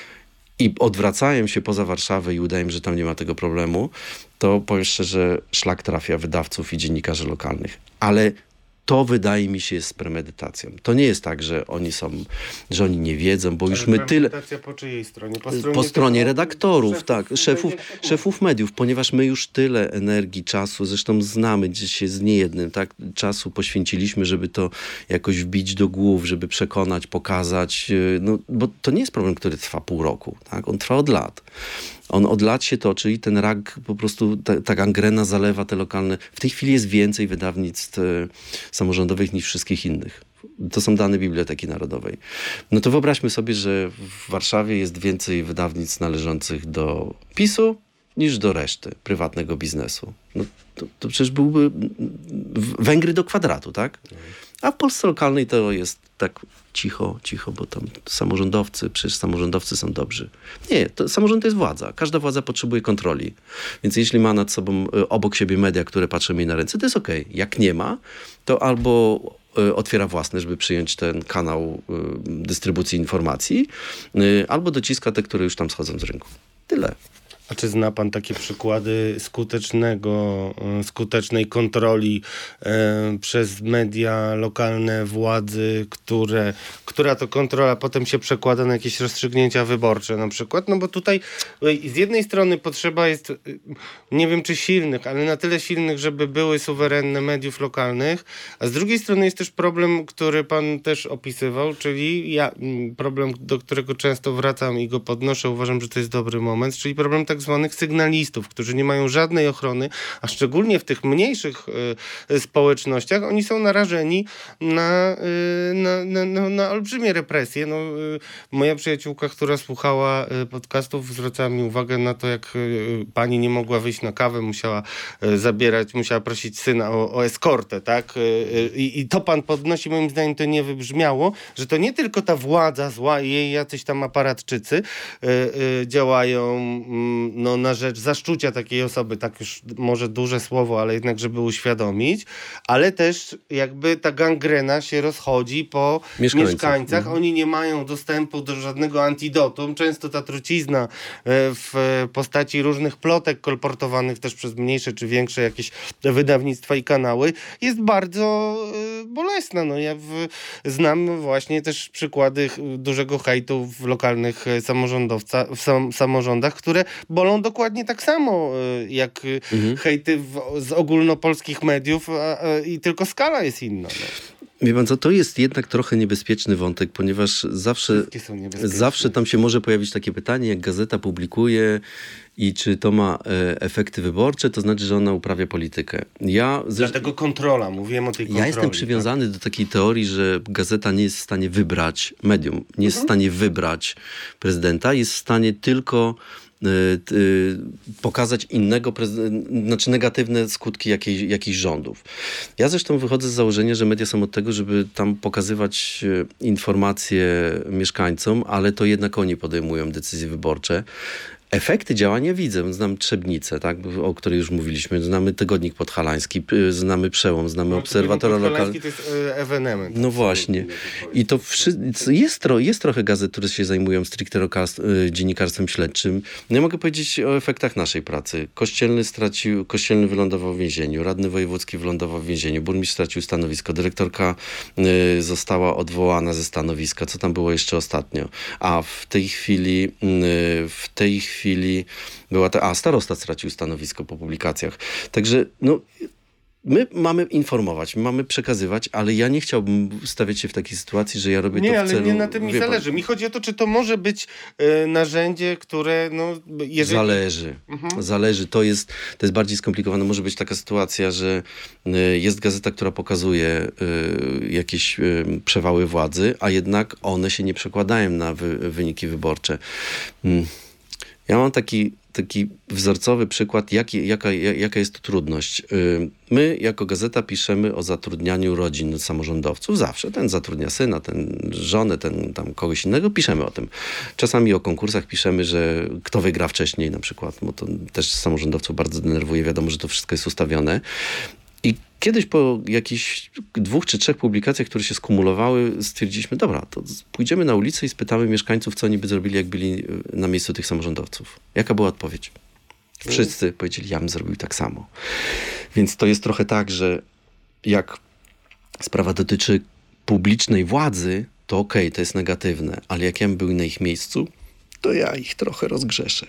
i odwracają się poza Warszawę i udają, że tam nie ma tego problemu, to powiem szczerze, szlak trafia wydawców i dziennikarzy lokalnych. Ale to wydaje mi się jest z premedytacją. To nie jest tak, że oni są, że oni nie wiedzą, bo Ale już my tyle... premedytacja po czyjej stronie? Po stronie, Po stronie tego, redaktorów, szefów, tak, szefów, mediów. szefów mediów, ponieważ my już tyle energii, czasu, zresztą znamy się z niejednym, tak, czasu poświęciliśmy, żeby to jakoś wbić do głów, żeby przekonać, pokazać, no, bo to nie jest problem, który trwa pół roku, tak, on trwa od lat. On od lat się toczy i ten rak po prostu, ta, ta gangrena zalewa te lokalne. W tej chwili jest więcej wydawnictw e, samorządowych niż wszystkich innych. To są dane Biblioteki Narodowej. No to wyobraźmy sobie, że w Warszawie jest więcej wydawnictw należących do PiSu niż do reszty prywatnego biznesu. No to, to przecież byłby Węgry do kwadratu, tak? A w Polsce lokalnej to jest tak cicho, cicho, bo tam samorządowcy, przecież samorządowcy są dobrzy. Nie, to samorząd to jest władza. Każda władza potrzebuje kontroli. Więc jeśli ma nad sobą, obok siebie media, które patrzą jej na ręce, to jest okej. Okay. Jak nie ma, to albo otwiera własne, żeby przyjąć ten kanał dystrybucji informacji, albo dociska te, które już tam schodzą z rynku. Tyle. A czy zna pan takie przykłady skutecznego, skutecznej kontroli e, przez media lokalne władzy, które, która to kontrola potem się przekłada na jakieś rozstrzygnięcia wyborcze na przykład? No bo tutaj z jednej strony potrzeba jest, nie wiem czy silnych, ale na tyle silnych, żeby były suwerenne mediów lokalnych, a z drugiej strony jest też problem, który pan też opisywał, czyli ja, problem, do którego często wracam i go podnoszę, uważam, że to jest dobry moment, czyli problem tak tak zwanych sygnalistów, którzy nie mają żadnej ochrony, a szczególnie w tych mniejszych y, społecznościach oni są narażeni na, y, na, na, na, na olbrzymie represje. No, y, moja przyjaciółka, która słuchała y, podcastów, zwracała mi uwagę na to, jak y, pani nie mogła wyjść na kawę, musiała y, zabierać, musiała prosić syna o, o eskortę, tak? Y, y, I to pan podnosi, moim zdaniem to nie wybrzmiało, że to nie tylko ta władza zła i jej jacyś tam aparatczycy y, y, działają y, no, na rzecz zaszczucia takiej osoby, tak już może duże słowo, ale jednak żeby uświadomić, ale też jakby ta gangrena się rozchodzi po Mieszkańców. mieszkańcach. Mhm. Oni nie mają dostępu do żadnego antidotum. Często ta trucizna y, w postaci różnych plotek kolportowanych też przez mniejsze czy większe jakieś wydawnictwa i kanały jest bardzo y, bolesna. No ja w, znam właśnie też przykłady dużego hejtu w lokalnych samorządowca, w sam, samorządach, które bolą dokładnie tak samo jak mhm. hejty w, z ogólnopolskich mediów a, a, i tylko skala jest inna. No. Wie pan co, to jest jednak trochę niebezpieczny wątek, ponieważ zawsze, zawsze tam się może pojawić takie pytanie, jak gazeta publikuje i czy to ma e, efekty wyborcze, to znaczy, że ona uprawia politykę. Ja zresztą, Dlatego kontrola, mówiłem o tej kontroli. Ja jestem przywiązany tak? do takiej teorii, że gazeta nie jest w stanie wybrać, medium nie jest mhm. w stanie wybrać prezydenta, jest w stanie tylko y, y, pokazać innego, prezydenta, znaczy negatywne skutki jakiej, jakichś rządów. Ja zresztą wychodzę z założenia, że media są od tego, żeby tam pokazywać informacje mieszkańcom, ale to jednak oni podejmują decyzje wyborcze. Efekty działania widzę. Znam Trzebnicę, tak, o której już mówiliśmy. Znamy Tygodnik Podhalański, znamy Przełom, znamy no, Obserwatora Lokalnego. To jest y, ewenement. No właśnie. I to wszy... jest, tro... jest trochę gazet, które się zajmują stricte lokal... dziennikarstwem śledczym. No ja mogę powiedzieć o efektach naszej pracy. Kościelny stracił, Kościelny wylądował w więzieniu, radny wojewódzki wylądował w więzieniu, burmistrz stracił stanowisko, dyrektorka y, została odwołana ze stanowiska. Co tam było jeszcze ostatnio? A w tej chwili y, w tej chwili chwili była ta, a starosta stracił stanowisko po publikacjach. Także no, my mamy informować, my mamy przekazywać, ale ja nie chciałbym stawiać się w takiej sytuacji, że ja robię nie, to w ale celu... Nie, ale na tym mi zależy. Mi chodzi o to, czy to może być y, narzędzie, które no... Jeżeli... Zależy. Mhm. Zależy. To jest, to jest bardziej skomplikowane. Może być taka sytuacja, że y, jest gazeta, która pokazuje y, jakieś y, przewały władzy, a jednak one się nie przekładają na wy, wyniki wyborcze. Mm. Ja mam taki, taki wzorcowy przykład, jaki, jaka, jaka jest to trudność. My jako gazeta piszemy o zatrudnianiu rodzin samorządowców. Zawsze. Ten zatrudnia syna, ten żonę, ten tam kogoś innego. Piszemy o tym. Czasami o konkursach piszemy, że kto wygra wcześniej na przykład, bo to też samorządowców bardzo denerwuje. Wiadomo, że to wszystko jest ustawione. I kiedyś po jakichś dwóch czy trzech publikacjach, które się skumulowały, stwierdziliśmy, dobra, to pójdziemy na ulicę i spytamy mieszkańców, co oni by zrobili, jak byli na miejscu tych samorządowców. Jaka była odpowiedź? Wszyscy powiedzieli, ja bym zrobił tak samo. Więc to jest trochę tak, że jak sprawa dotyczy publicznej władzy, to okej, okay, to jest negatywne, ale jak ja bym był na ich miejscu, to ja ich trochę rozgrzeszę.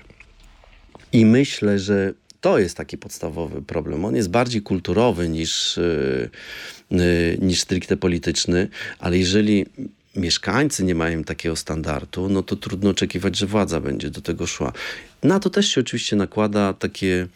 I myślę, że to jest taki podstawowy problem. On jest bardziej kulturowy niż, yy, yy, niż stricte polityczny, ale jeżeli mieszkańcy nie mają takiego standardu, no to trudno oczekiwać, że władza będzie do tego szła. Na to też się oczywiście nakłada takie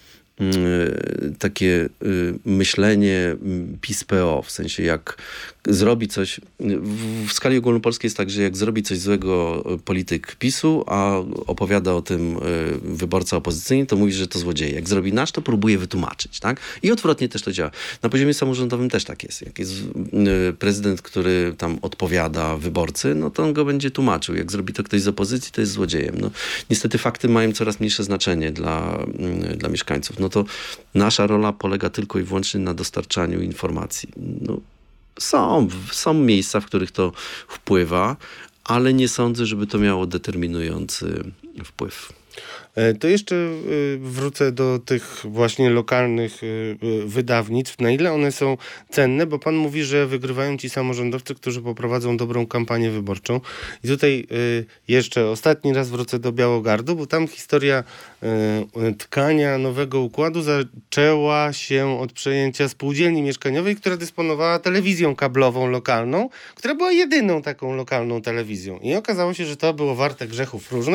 takie myślenie PiS-P O, w sensie jak zrobi coś, w skali ogólnopolskiej jest tak, że jak zrobi coś złego polityk PiSu, a opowiada o tym wyborca opozycyjny, to mówi, że to złodzieje. Jak zrobi nasz, to próbuje wytłumaczyć, tak? I odwrotnie też to działa. Na poziomie samorządowym też tak jest. Jak jest prezydent, który tam odpowiada wyborcy, no to on go będzie tłumaczył. Jak zrobi to ktoś z opozycji, to jest złodziejem. No, niestety fakty mają coraz mniejsze znaczenie dla, dla mieszkańców. No to nasza rola polega tylko i wyłącznie na dostarczaniu informacji. No, są, są miejsca, w których to wpływa, ale nie sądzę, żeby to miało determinujący wpływ. To jeszcze wrócę do tych właśnie lokalnych wydawnictw. Na ile one są cenne? Bo pan mówi, że wygrywają ci samorządowcy, którzy poprowadzą dobrą kampanię wyborczą. I tutaj jeszcze ostatni raz wrócę do Białogardu, bo tam historia tkania nowego układu zaczęła się od przejęcia spółdzielni mieszkaniowej, która dysponowała telewizją kablową lokalną, która była jedyną taką lokalną telewizją. I okazało się, że to było warte grzechów różnych, mhm.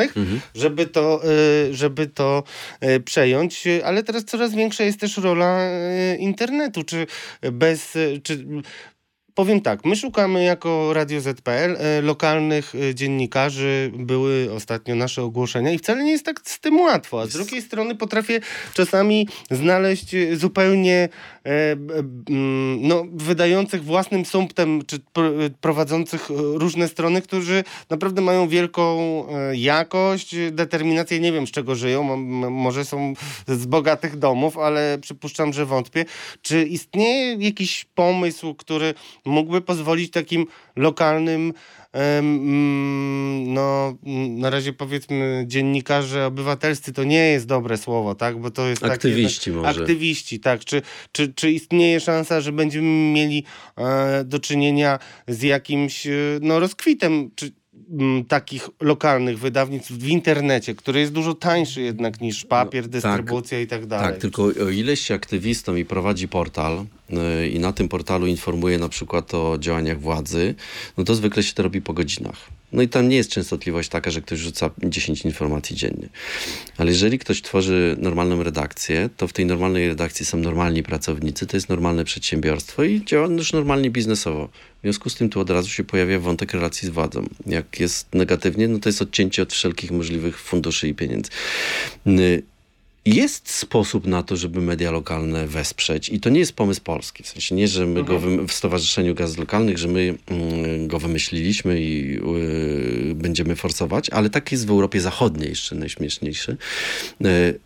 żeby to, y, żeby to y, przejąć, ale teraz coraz większa jest też rola y, internetu, czy bez, y, czy powiem tak, my szukamy jako Radio Z P L e, lokalnych e, dziennikarzy, były ostatnio nasze ogłoszenia i wcale nie jest tak z tym łatwo, a z drugiej strony potrafię czasami znaleźć e, zupełnie e, b, m, no, wydających własnym sumptem, czy pr- prowadzących różne strony, którzy naprawdę mają wielką e, jakość, determinację, nie wiem z czego żyją, m- m- może są z bogatych domów, ale przypuszczam, że wątpię. Czy istnieje jakiś pomysł, który mógłby pozwolić takim lokalnym, um, no na razie powiedzmy dziennikarze obywatelscy, to nie jest dobre słowo, tak? Bo to jest aktywiści takie, może. Aktywiści, tak. Czy, czy, czy istnieje szansa, że będziemy mieli e, do czynienia z jakimś e, no, rozkwitem, czy m, takich lokalnych wydawnictw w internecie, który jest dużo tańszy jednak niż papier, No, dystrybucja tak, i tak dalej. Tak, tylko o ile się aktywistą i prowadzi portal yy, i na tym portalu informuje na przykład o działaniach władzy, no to zwykle się to robi po godzinach. No i tam nie jest częstotliwość taka, że ktoś rzuca dziesięć informacji dziennie. Ale jeżeli ktoś tworzy normalną redakcję, to w tej normalnej redakcji są normalni pracownicy, to jest normalne przedsiębiorstwo i działa już normalnie biznesowo. W związku z tym tu od razu się pojawia wątek relacji z władzą. Jak jest negatywnie, no to jest odcięcie od wszelkich możliwych funduszy i pieniędzy. Jest sposób na to, żeby media lokalne wesprzeć i to nie jest pomysł polski. W sensie nie, że my mhm. go wy, w Stowarzyszeniu Gazet Lokalnych, że my y, go wymyśliliśmy i y, będziemy forsować, ale tak jest w Europie Zachodniej jeszcze najśmieszniejsze. Y,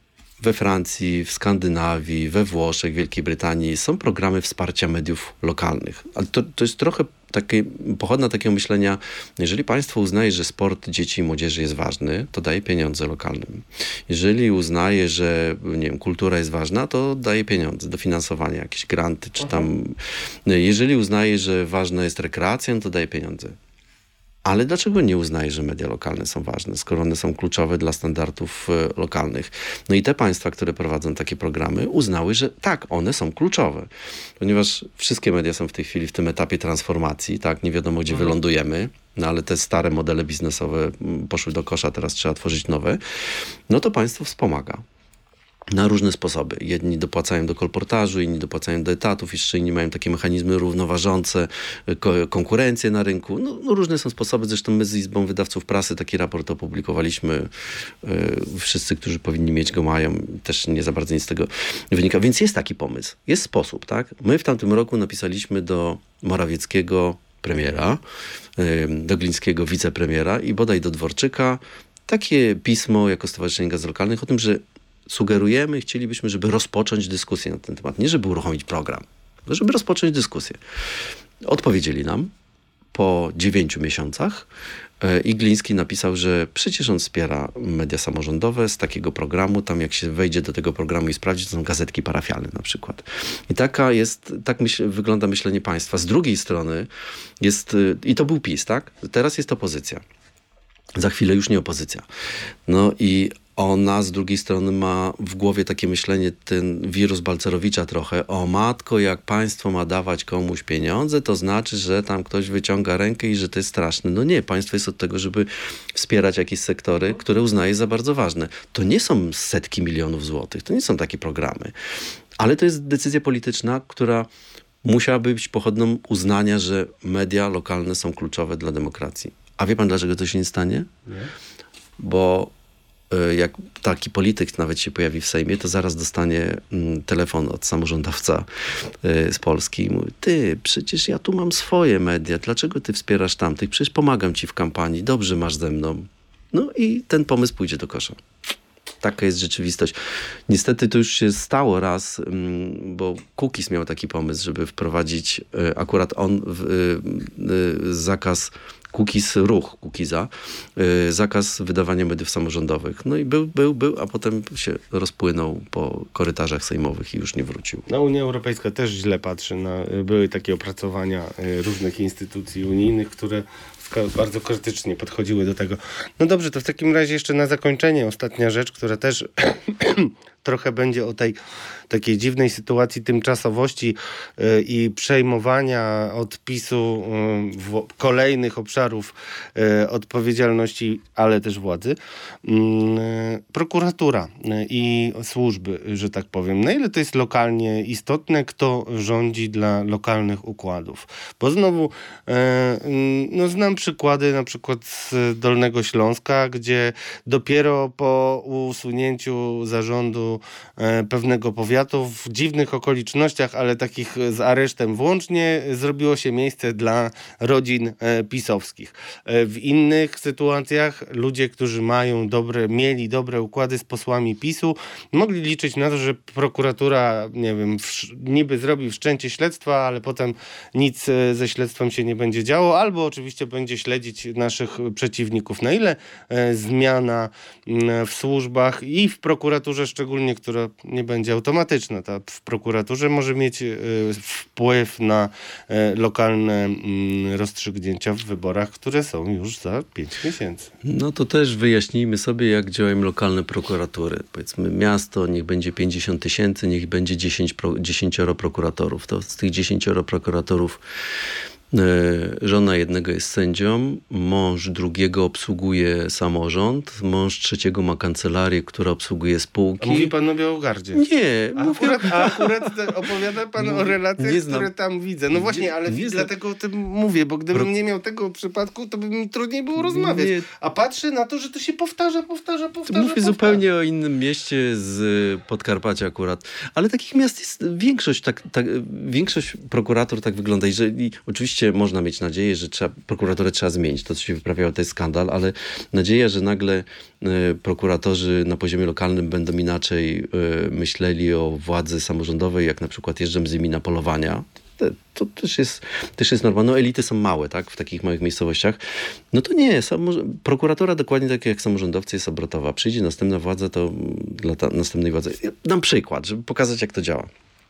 we Francji, w Skandynawii, we Włoszech, Wielkiej Brytanii są programy wsparcia mediów lokalnych. Ale to, to jest trochę takie, pochodna takiego myślenia, jeżeli państwo uznaje, że sport dzieci i młodzieży jest ważny, to daje pieniądze lokalnym. Jeżeli uznaje, że nie wiem, kultura jest ważna, to daje pieniądze, dofinansowanie, jakieś granty, czy tam... Jeżeli uznaje, że ważna jest rekreacja, no to daje pieniądze. Ale dlaczego nie uznaje, że media lokalne są ważne, skoro one są kluczowe dla standardów e, lokalnych? No i te państwa, które prowadzą takie programy, uznały, że tak, one są kluczowe. Ponieważ wszystkie media są w tej chwili w tym etapie transformacji, tak, nie wiadomo gdzie mhm. wylądujemy, no ale te stare modele biznesowe poszły do kosza, teraz trzeba tworzyć nowe, no to państwo wspomaga. Na różne sposoby. Jedni dopłacają do kolportażu, inni dopłacają do etatów, jeszcze inni mają takie mechanizmy równoważące ko- konkurencję na rynku. No, no różne są sposoby. Zresztą my z Izbą Wydawców Prasy taki raport opublikowaliśmy. Yy, wszyscy, którzy powinni mieć go, mają. Też nie za bardzo nic z tego wynika. Więc jest taki pomysł. Jest sposób, tak? My w tamtym roku napisaliśmy do Morawieckiego premiera, yy, do Glińskiego wicepremiera i bodaj do Dworczyka takie pismo jako Stowarzyszenie Gazet Lokalnych o tym, że sugerujemy, chcielibyśmy, żeby rozpocząć dyskusję na ten temat. Nie, żeby uruchomić program, tylko żeby rozpocząć dyskusję. Odpowiedzieli nam po dziewięciu miesiącach i Gliński napisał, że przecież on wspiera media samorządowe z takiego programu. Tam jak się wejdzie do tego programu i sprawdzi, to są gazetki parafialne na przykład. I taka jest, tak myśl, wygląda myślenie państwa. Z drugiej strony jest, i to był PiS, tak? Teraz jest opozycja. Za chwilę już nie opozycja. No i ona z drugiej strony ma w głowie takie myślenie, ten wirus Balcerowicza trochę, o matko, jak państwo ma dawać komuś pieniądze, to znaczy, że tam ktoś wyciąga rękę i że to jest straszne. No nie, państwo jest od tego, żeby wspierać jakieś sektory, które uznaje za bardzo ważne. To nie są setki milionów złotych, to nie są takie programy. Ale to jest decyzja polityczna, która musiałaby być pochodną uznania, że media lokalne są kluczowe dla demokracji. A wie pan, dlaczego to się nie stanie? Nie. Bo jak taki polityk nawet się pojawi w Sejmie, to zaraz dostanie telefon od samorządowca z Polski i mówi, ty, przecież ja tu mam swoje media, dlaczego ty wspierasz tamtych? Przecież pomagam ci w kampanii, dobrze masz ze mną. No i ten pomysł pójdzie do kosza. Taka jest rzeczywistość. Niestety to już się stało raz, bo Kukiz miał taki pomysł, żeby wprowadzić akurat on w, zakaz Kukiz, ruch Kukiza, yy, zakaz wydawania mediów samorządowych. No i był, był, był, a potem się rozpłynął po korytarzach sejmowych i już nie wrócił. No, Unia Europejska też źle patrzy na, były takie opracowania yy, różnych instytucji unijnych, które bardzo krytycznie podchodziły do tego. No dobrze, to w takim razie jeszcze na zakończenie ostatnia rzecz, która też trochę będzie o tej takiej dziwnej sytuacji tymczasowości y, i przejmowania od PiSu y, w, kolejnych obszarów y, odpowiedzialności, ale też władzy. Y, prokuratura y, i służby, że tak powiem. Na ile to jest lokalnie istotne, kto rządzi dla lokalnych układów? Bo znowu y, y, no znam przykłady na przykład z Dolnego Śląska, gdzie dopiero po usunięciu zarządu y, pewnego powiatu w dziwnych okolicznościach, ale takich z aresztem włącznie, zrobiło się miejsce dla rodzin e, pisowskich. E, w innych sytuacjach ludzie, którzy mają dobre, mieli dobre układy z posłami PiSu, mogli liczyć na to, że prokuratura, nie wiem, wsz- niby zrobi wszczęcie śledztwa, ale potem nic e, ze śledztwem się nie będzie działo, albo oczywiście będzie śledzić naszych przeciwników. Na ile e, zmiana m, w służbach i w prokuraturze szczególnie, która nie będzie automatyczna, ta w prokuraturze może mieć y, wpływ na y, lokalne y, rozstrzygnięcia w wyborach, które są już za pięć miesięcy. No to też wyjaśnijmy sobie, jak działają lokalne prokuratury. Powiedzmy miasto, niech będzie pięćdziesiąt tysięcy, niech będzie dziesięć pro, dziesięcioro prokuratorów. To z tych dziesięcioro prokuratorów żona jednego jest sędzią, mąż drugiego obsługuje samorząd, mąż trzeciego ma kancelarię, która obsługuje spółki. A mówi pan o Białogardzie? Nie. A akurat, a akurat opowiada pan o relacjach, które tam widzę. No właśnie, ale nie dlatego o tym mówię, bo gdybym Pro... nie miał tego przypadku, to by mi trudniej było rozmawiać. Nie. A patrzę na to, że to się powtarza, powtarza, powtarza. Mówię powtarza. zupełnie o innym mieście z Podkarpacia akurat. Ale takich miast jest większość, tak, tak, większość prokuratur tak wygląda. I, że, i oczywiście można mieć nadzieję, że trzeba, prokuraturę trzeba zmienić. To, co się wyprawiało, to jest skandal, ale nadzieja, że nagle y, prokuratorzy na poziomie lokalnym będą inaczej y, myśleli o władzy samorządowej, jak na przykład jeżdżą z nimi na polowania. To, to też jest, też jest normalne. No, elity są małe, tak? W takich małych miejscowościach. No to nie. Samorz- prokuratura dokładnie tak jak samorządowcy jest obrotowa. Przyjdzie następna władza, to dla ta, następnej władzy. Ja dam przykład, żeby pokazać, jak to działa.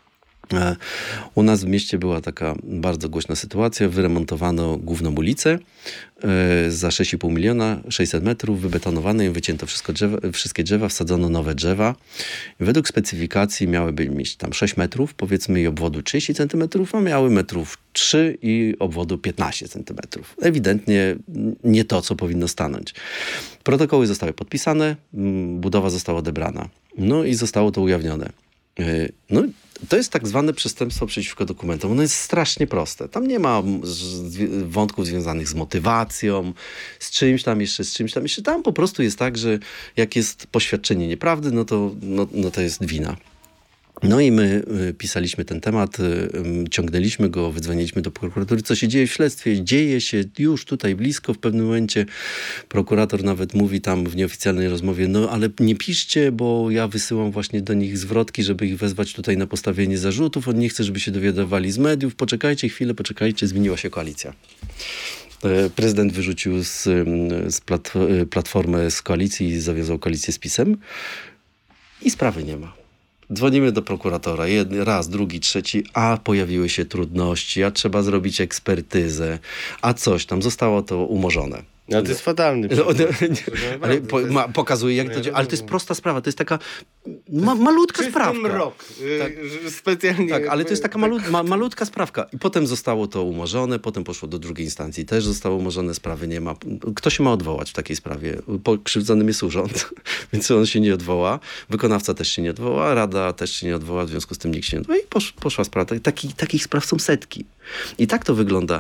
U nas w mieście była taka bardzo głośna sytuacja. Wyremontowano główną ulicę za sześć i pół miliona, sześćset metrów, wybetonowano i wycięto wszystko drzewa, wszystkie drzewa, wsadzono nowe drzewa. Według specyfikacji miałyby mieć tam sześć metrów, powiedzmy, i obwodu trzydzieści centymetrów, a miały metrów trzy i obwodu piętnaście centymetrów. Ewidentnie nie to, co powinno stanąć. Protokoły zostały podpisane, budowa została odebrana. No i zostało to ujawnione. No, to jest tak zwane przestępstwo przeciwko dokumentom. Ono jest strasznie proste. Tam nie ma z- wątków związanych z motywacją, z czymś tam jeszcze, z czymś tam jeszcze. Tam po prostu jest tak, że jak jest poświadczenie nieprawdy, no to, no, no to jest wina. No i my y, pisaliśmy ten temat, y, y, ciągnęliśmy go, wydzwoniliśmy do prokuratury, co się dzieje w śledztwie. Dzieje się już tutaj blisko. W pewnym momencie prokurator nawet mówi tam w nieoficjalnej rozmowie, no ale nie piszcie, bo ja wysyłam właśnie do nich zwrotki, żeby ich wezwać tutaj na postawienie zarzutów. On nie chce, żeby się dowiadywali z mediów. Poczekajcie chwilę, poczekajcie, zmieniła się koalicja. Prezydent wyrzucił z, z plat, platformę z koalicji i zawiązał koalicję z PiS-em i sprawy nie ma. Dzwonimy do prokuratora, jeden, raz, drugi, trzeci, a pojawiły się trudności, a trzeba zrobić ekspertyzę, a coś tam, zostało to umorzone. No to jest fatalny przykład. Ale po, ma, pokazuje, jak no to działa. Ale to jest prosta sprawa. To jest taka ma, malutka sprawka. Mrok. Tak. Specjalnie. Tak, ale to jest taka malu, ma, malutka sprawka. I potem zostało to umorzone, potem poszło do drugiej instancji. Też zostało umorzone, sprawy nie ma. Kto się ma odwołać w takiej sprawie? Pokrzywdzonym jest urząd, więc on się nie odwoła. Wykonawca też się nie odwoła, rada też się nie odwoła, w związku z tym nikt się nie odwoła. I posz, poszła sprawa. Taki, takich spraw są setki. I tak to wygląda.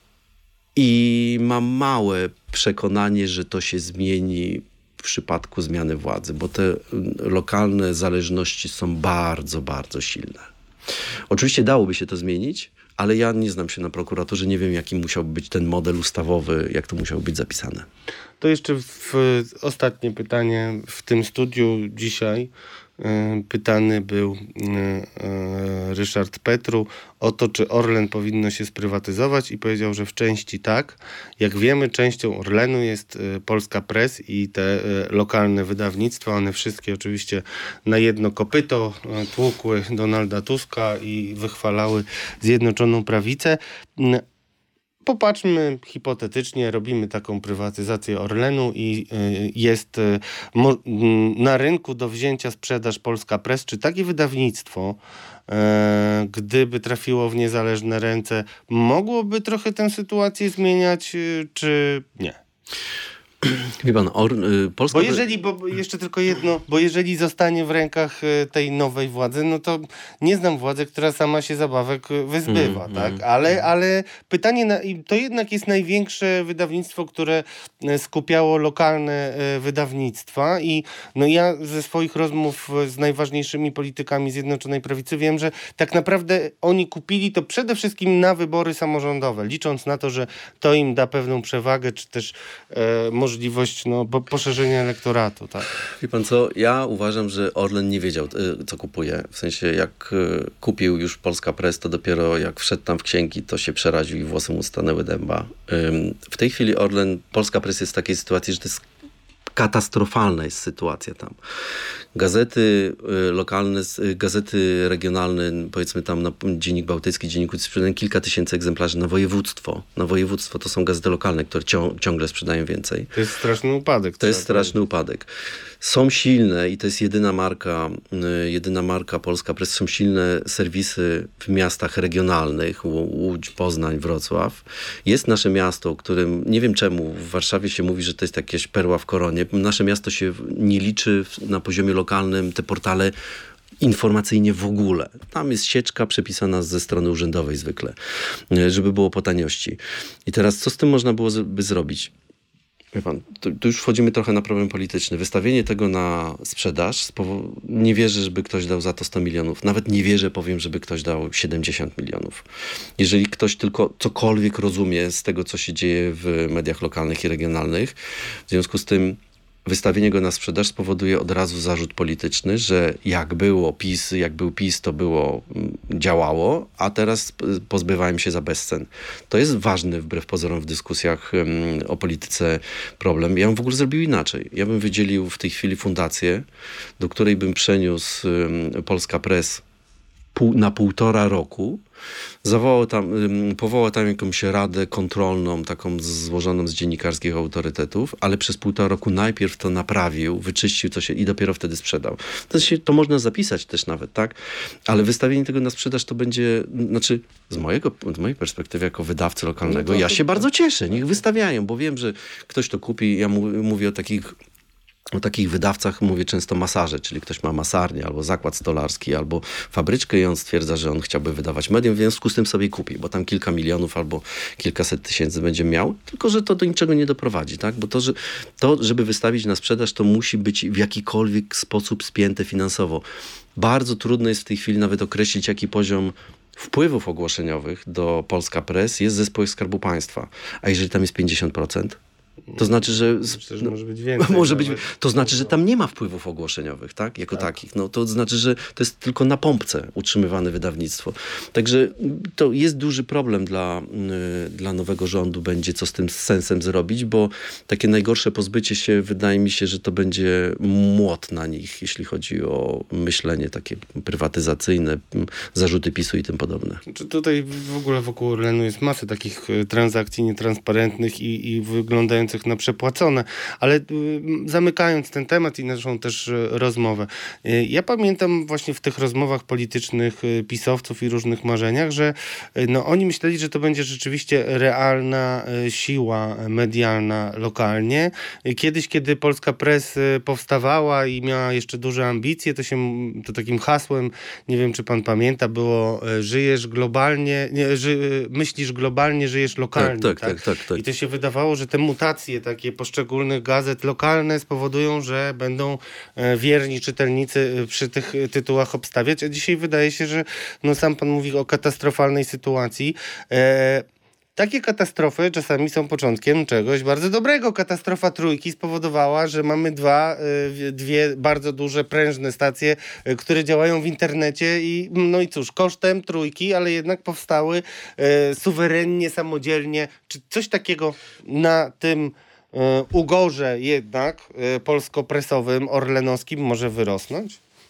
I mam małe przekonanie, że to się zmieni w przypadku zmiany władzy, bo te lokalne zależności są bardzo, bardzo silne. Oczywiście dałoby się to zmienić, ale ja nie znam się na prokuraturze, nie wiem, jaki musiałby być ten model ustawowy, jak to musiało być zapisane. To jeszcze w, ostatnie pytanie w tym studiu dzisiaj. Pytany był Ryszard Petru o to, czy Orlen powinno się sprywatyzować i powiedział, że w części tak. Jak wiemy, częścią Orlenu jest Polska Press i te lokalne wydawnictwa. One wszystkie oczywiście na jedno kopyto tłukły Donalda Tuska i wychwalały Zjednoczoną Prawicę. popatrzmy hipotetycznie, robimy taką prywatyzację Orlenu i y, jest y, mo, y, na rynku do wzięcia sprzedaż Polska Press. Czy takie wydawnictwo, y, gdyby trafiło w niezależne ręce, mogłoby trochę tę sytuację zmieniać, y, czy nie? Wie pan, or, y, Polska... Bo jeżeli, bo jeszcze tylko jedno, bo jeżeli zostanie w rękach y, tej nowej władzy, no to nie znam władzy, która sama się zabawek y, wyzbywa, Mm, tak? mm, Ale, ale pytanie, na, i to jednak jest największe wydawnictwo, które y, skupiało lokalne y, wydawnictwa i no ja ze swoich rozmów y, z najważniejszymi politykami Zjednoczonej Prawicy wiem, że tak naprawdę oni kupili to przede wszystkim na wybory samorządowe, licząc na to, że to im da pewną przewagę, czy też y, możliwość możliwość no, po, poszerzenia elektoratu. Tak. Wie pan co, ja uważam, że Orlen nie wiedział, y, co kupuje. W sensie jak y, kupił już Polska Press, to dopiero jak wszedł tam w księgi, to się przeraził i włosy mu stanęły dęba. Ym, w tej chwili Orlen, Polska Press jest w takiej sytuacji, że to jest katastrofalna jest sytuacja tam. Gazety y, lokalne, y, gazety regionalne, powiedzmy tam na Dziennik Bałtycki, Dziennik Łódzki sprzedają kilka tysięcy egzemplarzy na województwo. Na województwo to są gazety lokalne, które cią- ciągle sprzedają więcej. To jest straszny upadek. To jest straszny upadek. Są silne i to jest jedyna marka, y, jedyna marka Polska Press, są silne serwisy w miastach regionalnych, Łódź, Poznań, Wrocław. Jest nasze miasto, o którym nie wiem czemu w Warszawie się mówi, że to jest jakaś perła w koronie. Nasze miasto się nie liczy na poziomie lokalnym, te portale informacyjnie w ogóle. Tam jest sieczka przepisana ze strony urzędowej zwykle, żeby było po taniości. I teraz co z tym można było by zrobić? Wie pan, tu, tu już wchodzimy trochę na problem polityczny. Wystawienie tego na sprzedaż, spowo- nie wierzę, żeby ktoś dał za to sto milionów. Nawet nie wierzę, powiem, żeby ktoś dał siedemdziesiąt milionów. Jeżeli ktoś tylko cokolwiek rozumie z tego, co się dzieje w mediach lokalnych i regionalnych, w związku z tym wystawienie go na sprzedaż spowoduje od razu zarzut polityczny, że jak było PiS, jak był PiS, to było, działało, a teraz pozbywają się za bezcen. To jest ważny wbrew pozorom w dyskusjach um, o polityce problem. Ja bym w ogóle zrobił inaczej. Ja bym wydzielił w tej chwili fundację, do której bym przeniósł um, Polska Press pół, na półtora roku. Zawołał tam, powołał tam jakąś radę kontrolną, taką złożoną z dziennikarskich autorytetów, ale przez półtora roku najpierw to naprawił, wyczyścił co się i dopiero wtedy sprzedał. To, się, to można zapisać też nawet, tak? Ale wystawienie tego na sprzedaż to będzie, znaczy z, mojego, z mojej perspektywy jako wydawcy lokalnego, no to, ja się bardzo cieszę, niech wystawiają, bo wiem, że ktoś to kupi. Ja mówię, mówię o takich O takich wydawcach mówię często masaże, czyli ktoś ma masarnię, albo zakład stolarski, albo fabryczkę i on stwierdza, że on chciałby wydawać medium, w związku z tym sobie kupi, bo tam kilka milionów albo kilkaset tysięcy będzie miał, tylko że to do niczego nie doprowadzi, tak? Bo to, że, to, żeby wystawić na sprzedaż, to musi być w jakikolwiek sposób spięte finansowo. Bardzo trudno jest w tej chwili nawet określić, jaki poziom wpływów ogłoszeniowych do Polska Press jest ze spółek Skarbu Państwa. A jeżeli tam jest pięćdziesiąt procent? To znaczy, że... Myślę, że może być więcej. Może być, to znaczy, że tam nie ma wpływów ogłoszeniowych, tak? Jako tak. takich. No, to znaczy, że to jest tylko na pompce utrzymywane wydawnictwo. Także to jest duży problem dla, y, dla nowego rządu, będzie co z tym sensem zrobić, bo takie najgorsze pozbycie się, wydaje mi się, że to będzie młot na nich, jeśli chodzi o myślenie takie prywatyzacyjne, zarzuty PiSu i tym podobne. Czy tutaj w ogóle wokół Orlenu jest masa takich transakcji nietransparentnych i, i wyglądających na przepłacone, ale y, zamykając ten temat i naszą też y, rozmowę. Y, ja pamiętam właśnie w tych rozmowach politycznych y, pisowców i różnych marzeniach, że y, no, oni myśleli, że to będzie rzeczywiście realna y, siła medialna lokalnie. Y, kiedyś, kiedy Polska Press y, powstawała i miała jeszcze duże ambicje, to się to takim hasłem, nie wiem czy pan pamięta, było y, żyjesz globalnie, nie, ży, myślisz globalnie, żyjesz lokalnie. Tak, tak, tak? tak, tak, tak. I to się wydawało, że te mutacje takie poszczególnych gazet lokalne spowodują, że będą e, wierni czytelnicy przy tych tytułach obstawiać, a dzisiaj wydaje się, że no sam pan mówi o katastrofalnej sytuacji. E, Takie katastrofy czasami są początkiem czegoś bardzo dobrego. Katastrofa Trójki spowodowała, że mamy dwa, dwie bardzo duże, prężne stacje, które działają w internecie i no i cóż, kosztem Trójki, ale jednak powstały e, suwerennie, samodzielnie. Czy coś takiego na tym e, ugorze jednak e, polsko-presowym, orlenowskim może wyrosnąć?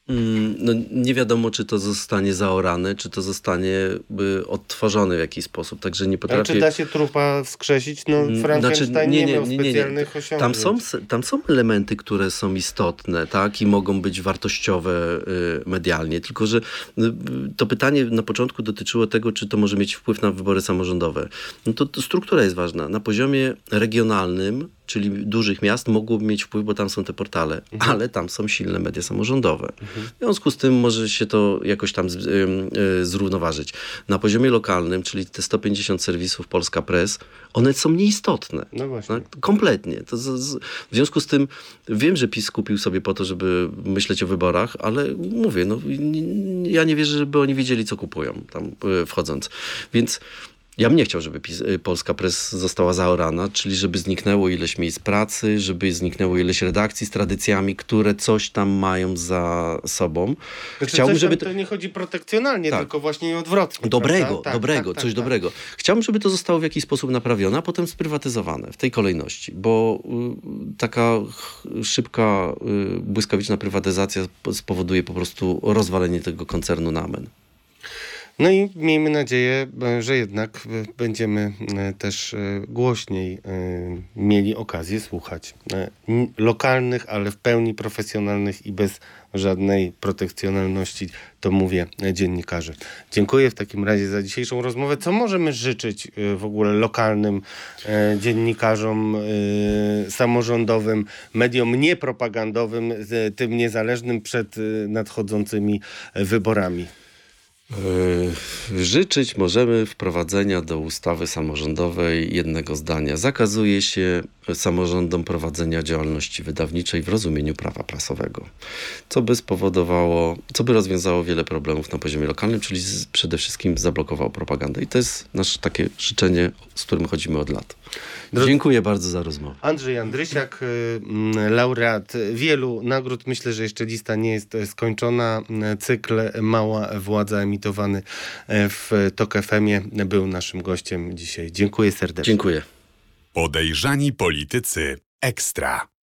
No, nie wiadomo, czy to zostanie zaorane, czy to zostanie by odtworzone w jakiś sposób, także nie A potrafię... czy da się trupa wskrzesić? No Frankenstein Znaczy, nie, nie miał specjalnych osiągnięć. Tam są, tam są elementy, które są istotne, tak, i mogą być wartościowe y, medialnie, tylko że y, to pytanie na początku dotyczyło tego, czy to może mieć wpływ na wybory samorządowe. No to, to struktura jest ważna. Na poziomie regionalnym, czyli dużych miast, mogłoby mieć wpływ, bo tam są te portale, mhm. ale tam są silne media samorządowe. Mhm. W związku z tym może się to jakoś tam z, y, y, zrównoważyć. Na poziomie lokalnym, czyli te sto pięćdziesiąt serwisów Polska Press, one są nieistotne. No właśnie. Tak? Kompletnie. To z, z, w związku z tym wiem, że PiS kupił sobie po to, żeby myśleć o wyborach, ale mówię, no, ja nie wierzę, żeby oni wiedzieli, co kupują tam y, wchodząc. Więc ja bym nie chciał, żeby PiS, Polska Press została zaorana, czyli żeby zniknęło ileś miejsc pracy, żeby zniknęło ileś redakcji z tradycjami, które coś tam mają za sobą. Znaczy, Chciałbym, coś żeby to... to nie chodzi protekcjonalnie, tak. tylko właśnie odwrotnie. Dobrego, tak, dobrego, tak, coś tak, dobrego. Tak. Chciałbym, żeby to zostało w jakiś sposób naprawione, a potem sprywatyzowane w tej kolejności, bo y, taka szybka, y, błyskawiczna prywatyzacja spowoduje po prostu rozwalenie tego koncernu na amen. No i miejmy nadzieję, że jednak będziemy też głośniej mieli okazję słuchać lokalnych, ale w pełni profesjonalnych i bez żadnej protekcjonalności, to mówię, dziennikarzy. Dziękuję w takim razie za dzisiejszą rozmowę. Co możemy życzyć w ogóle lokalnym dziennikarzom, samorządowym, mediom niepropagandowym, tym niezależnym przed nadchodzącymi wyborami? Życzyć możemy wprowadzenia do ustawy samorządowej jednego zdania. Zakazuje się samorządom prowadzenia działalności wydawniczej w rozumieniu prawa prasowego, co by spowodowało, co by rozwiązało wiele problemów na poziomie lokalnym, czyli z, przede wszystkim zablokowało propagandę. I to jest nasze takie życzenie, z którym chodzimy od lat. Drodzy... Dziękuję bardzo za rozmowę. Andrzej Andrysiak, laureat wielu nagród. Myślę, że jeszcze lista nie jest skończona. Cykl Mała Władza emitowany w Tok F M ie był naszym gościem dzisiaj. Dziękuję serdecznie. Dziękuję. Podejrzani politycy Ekstra.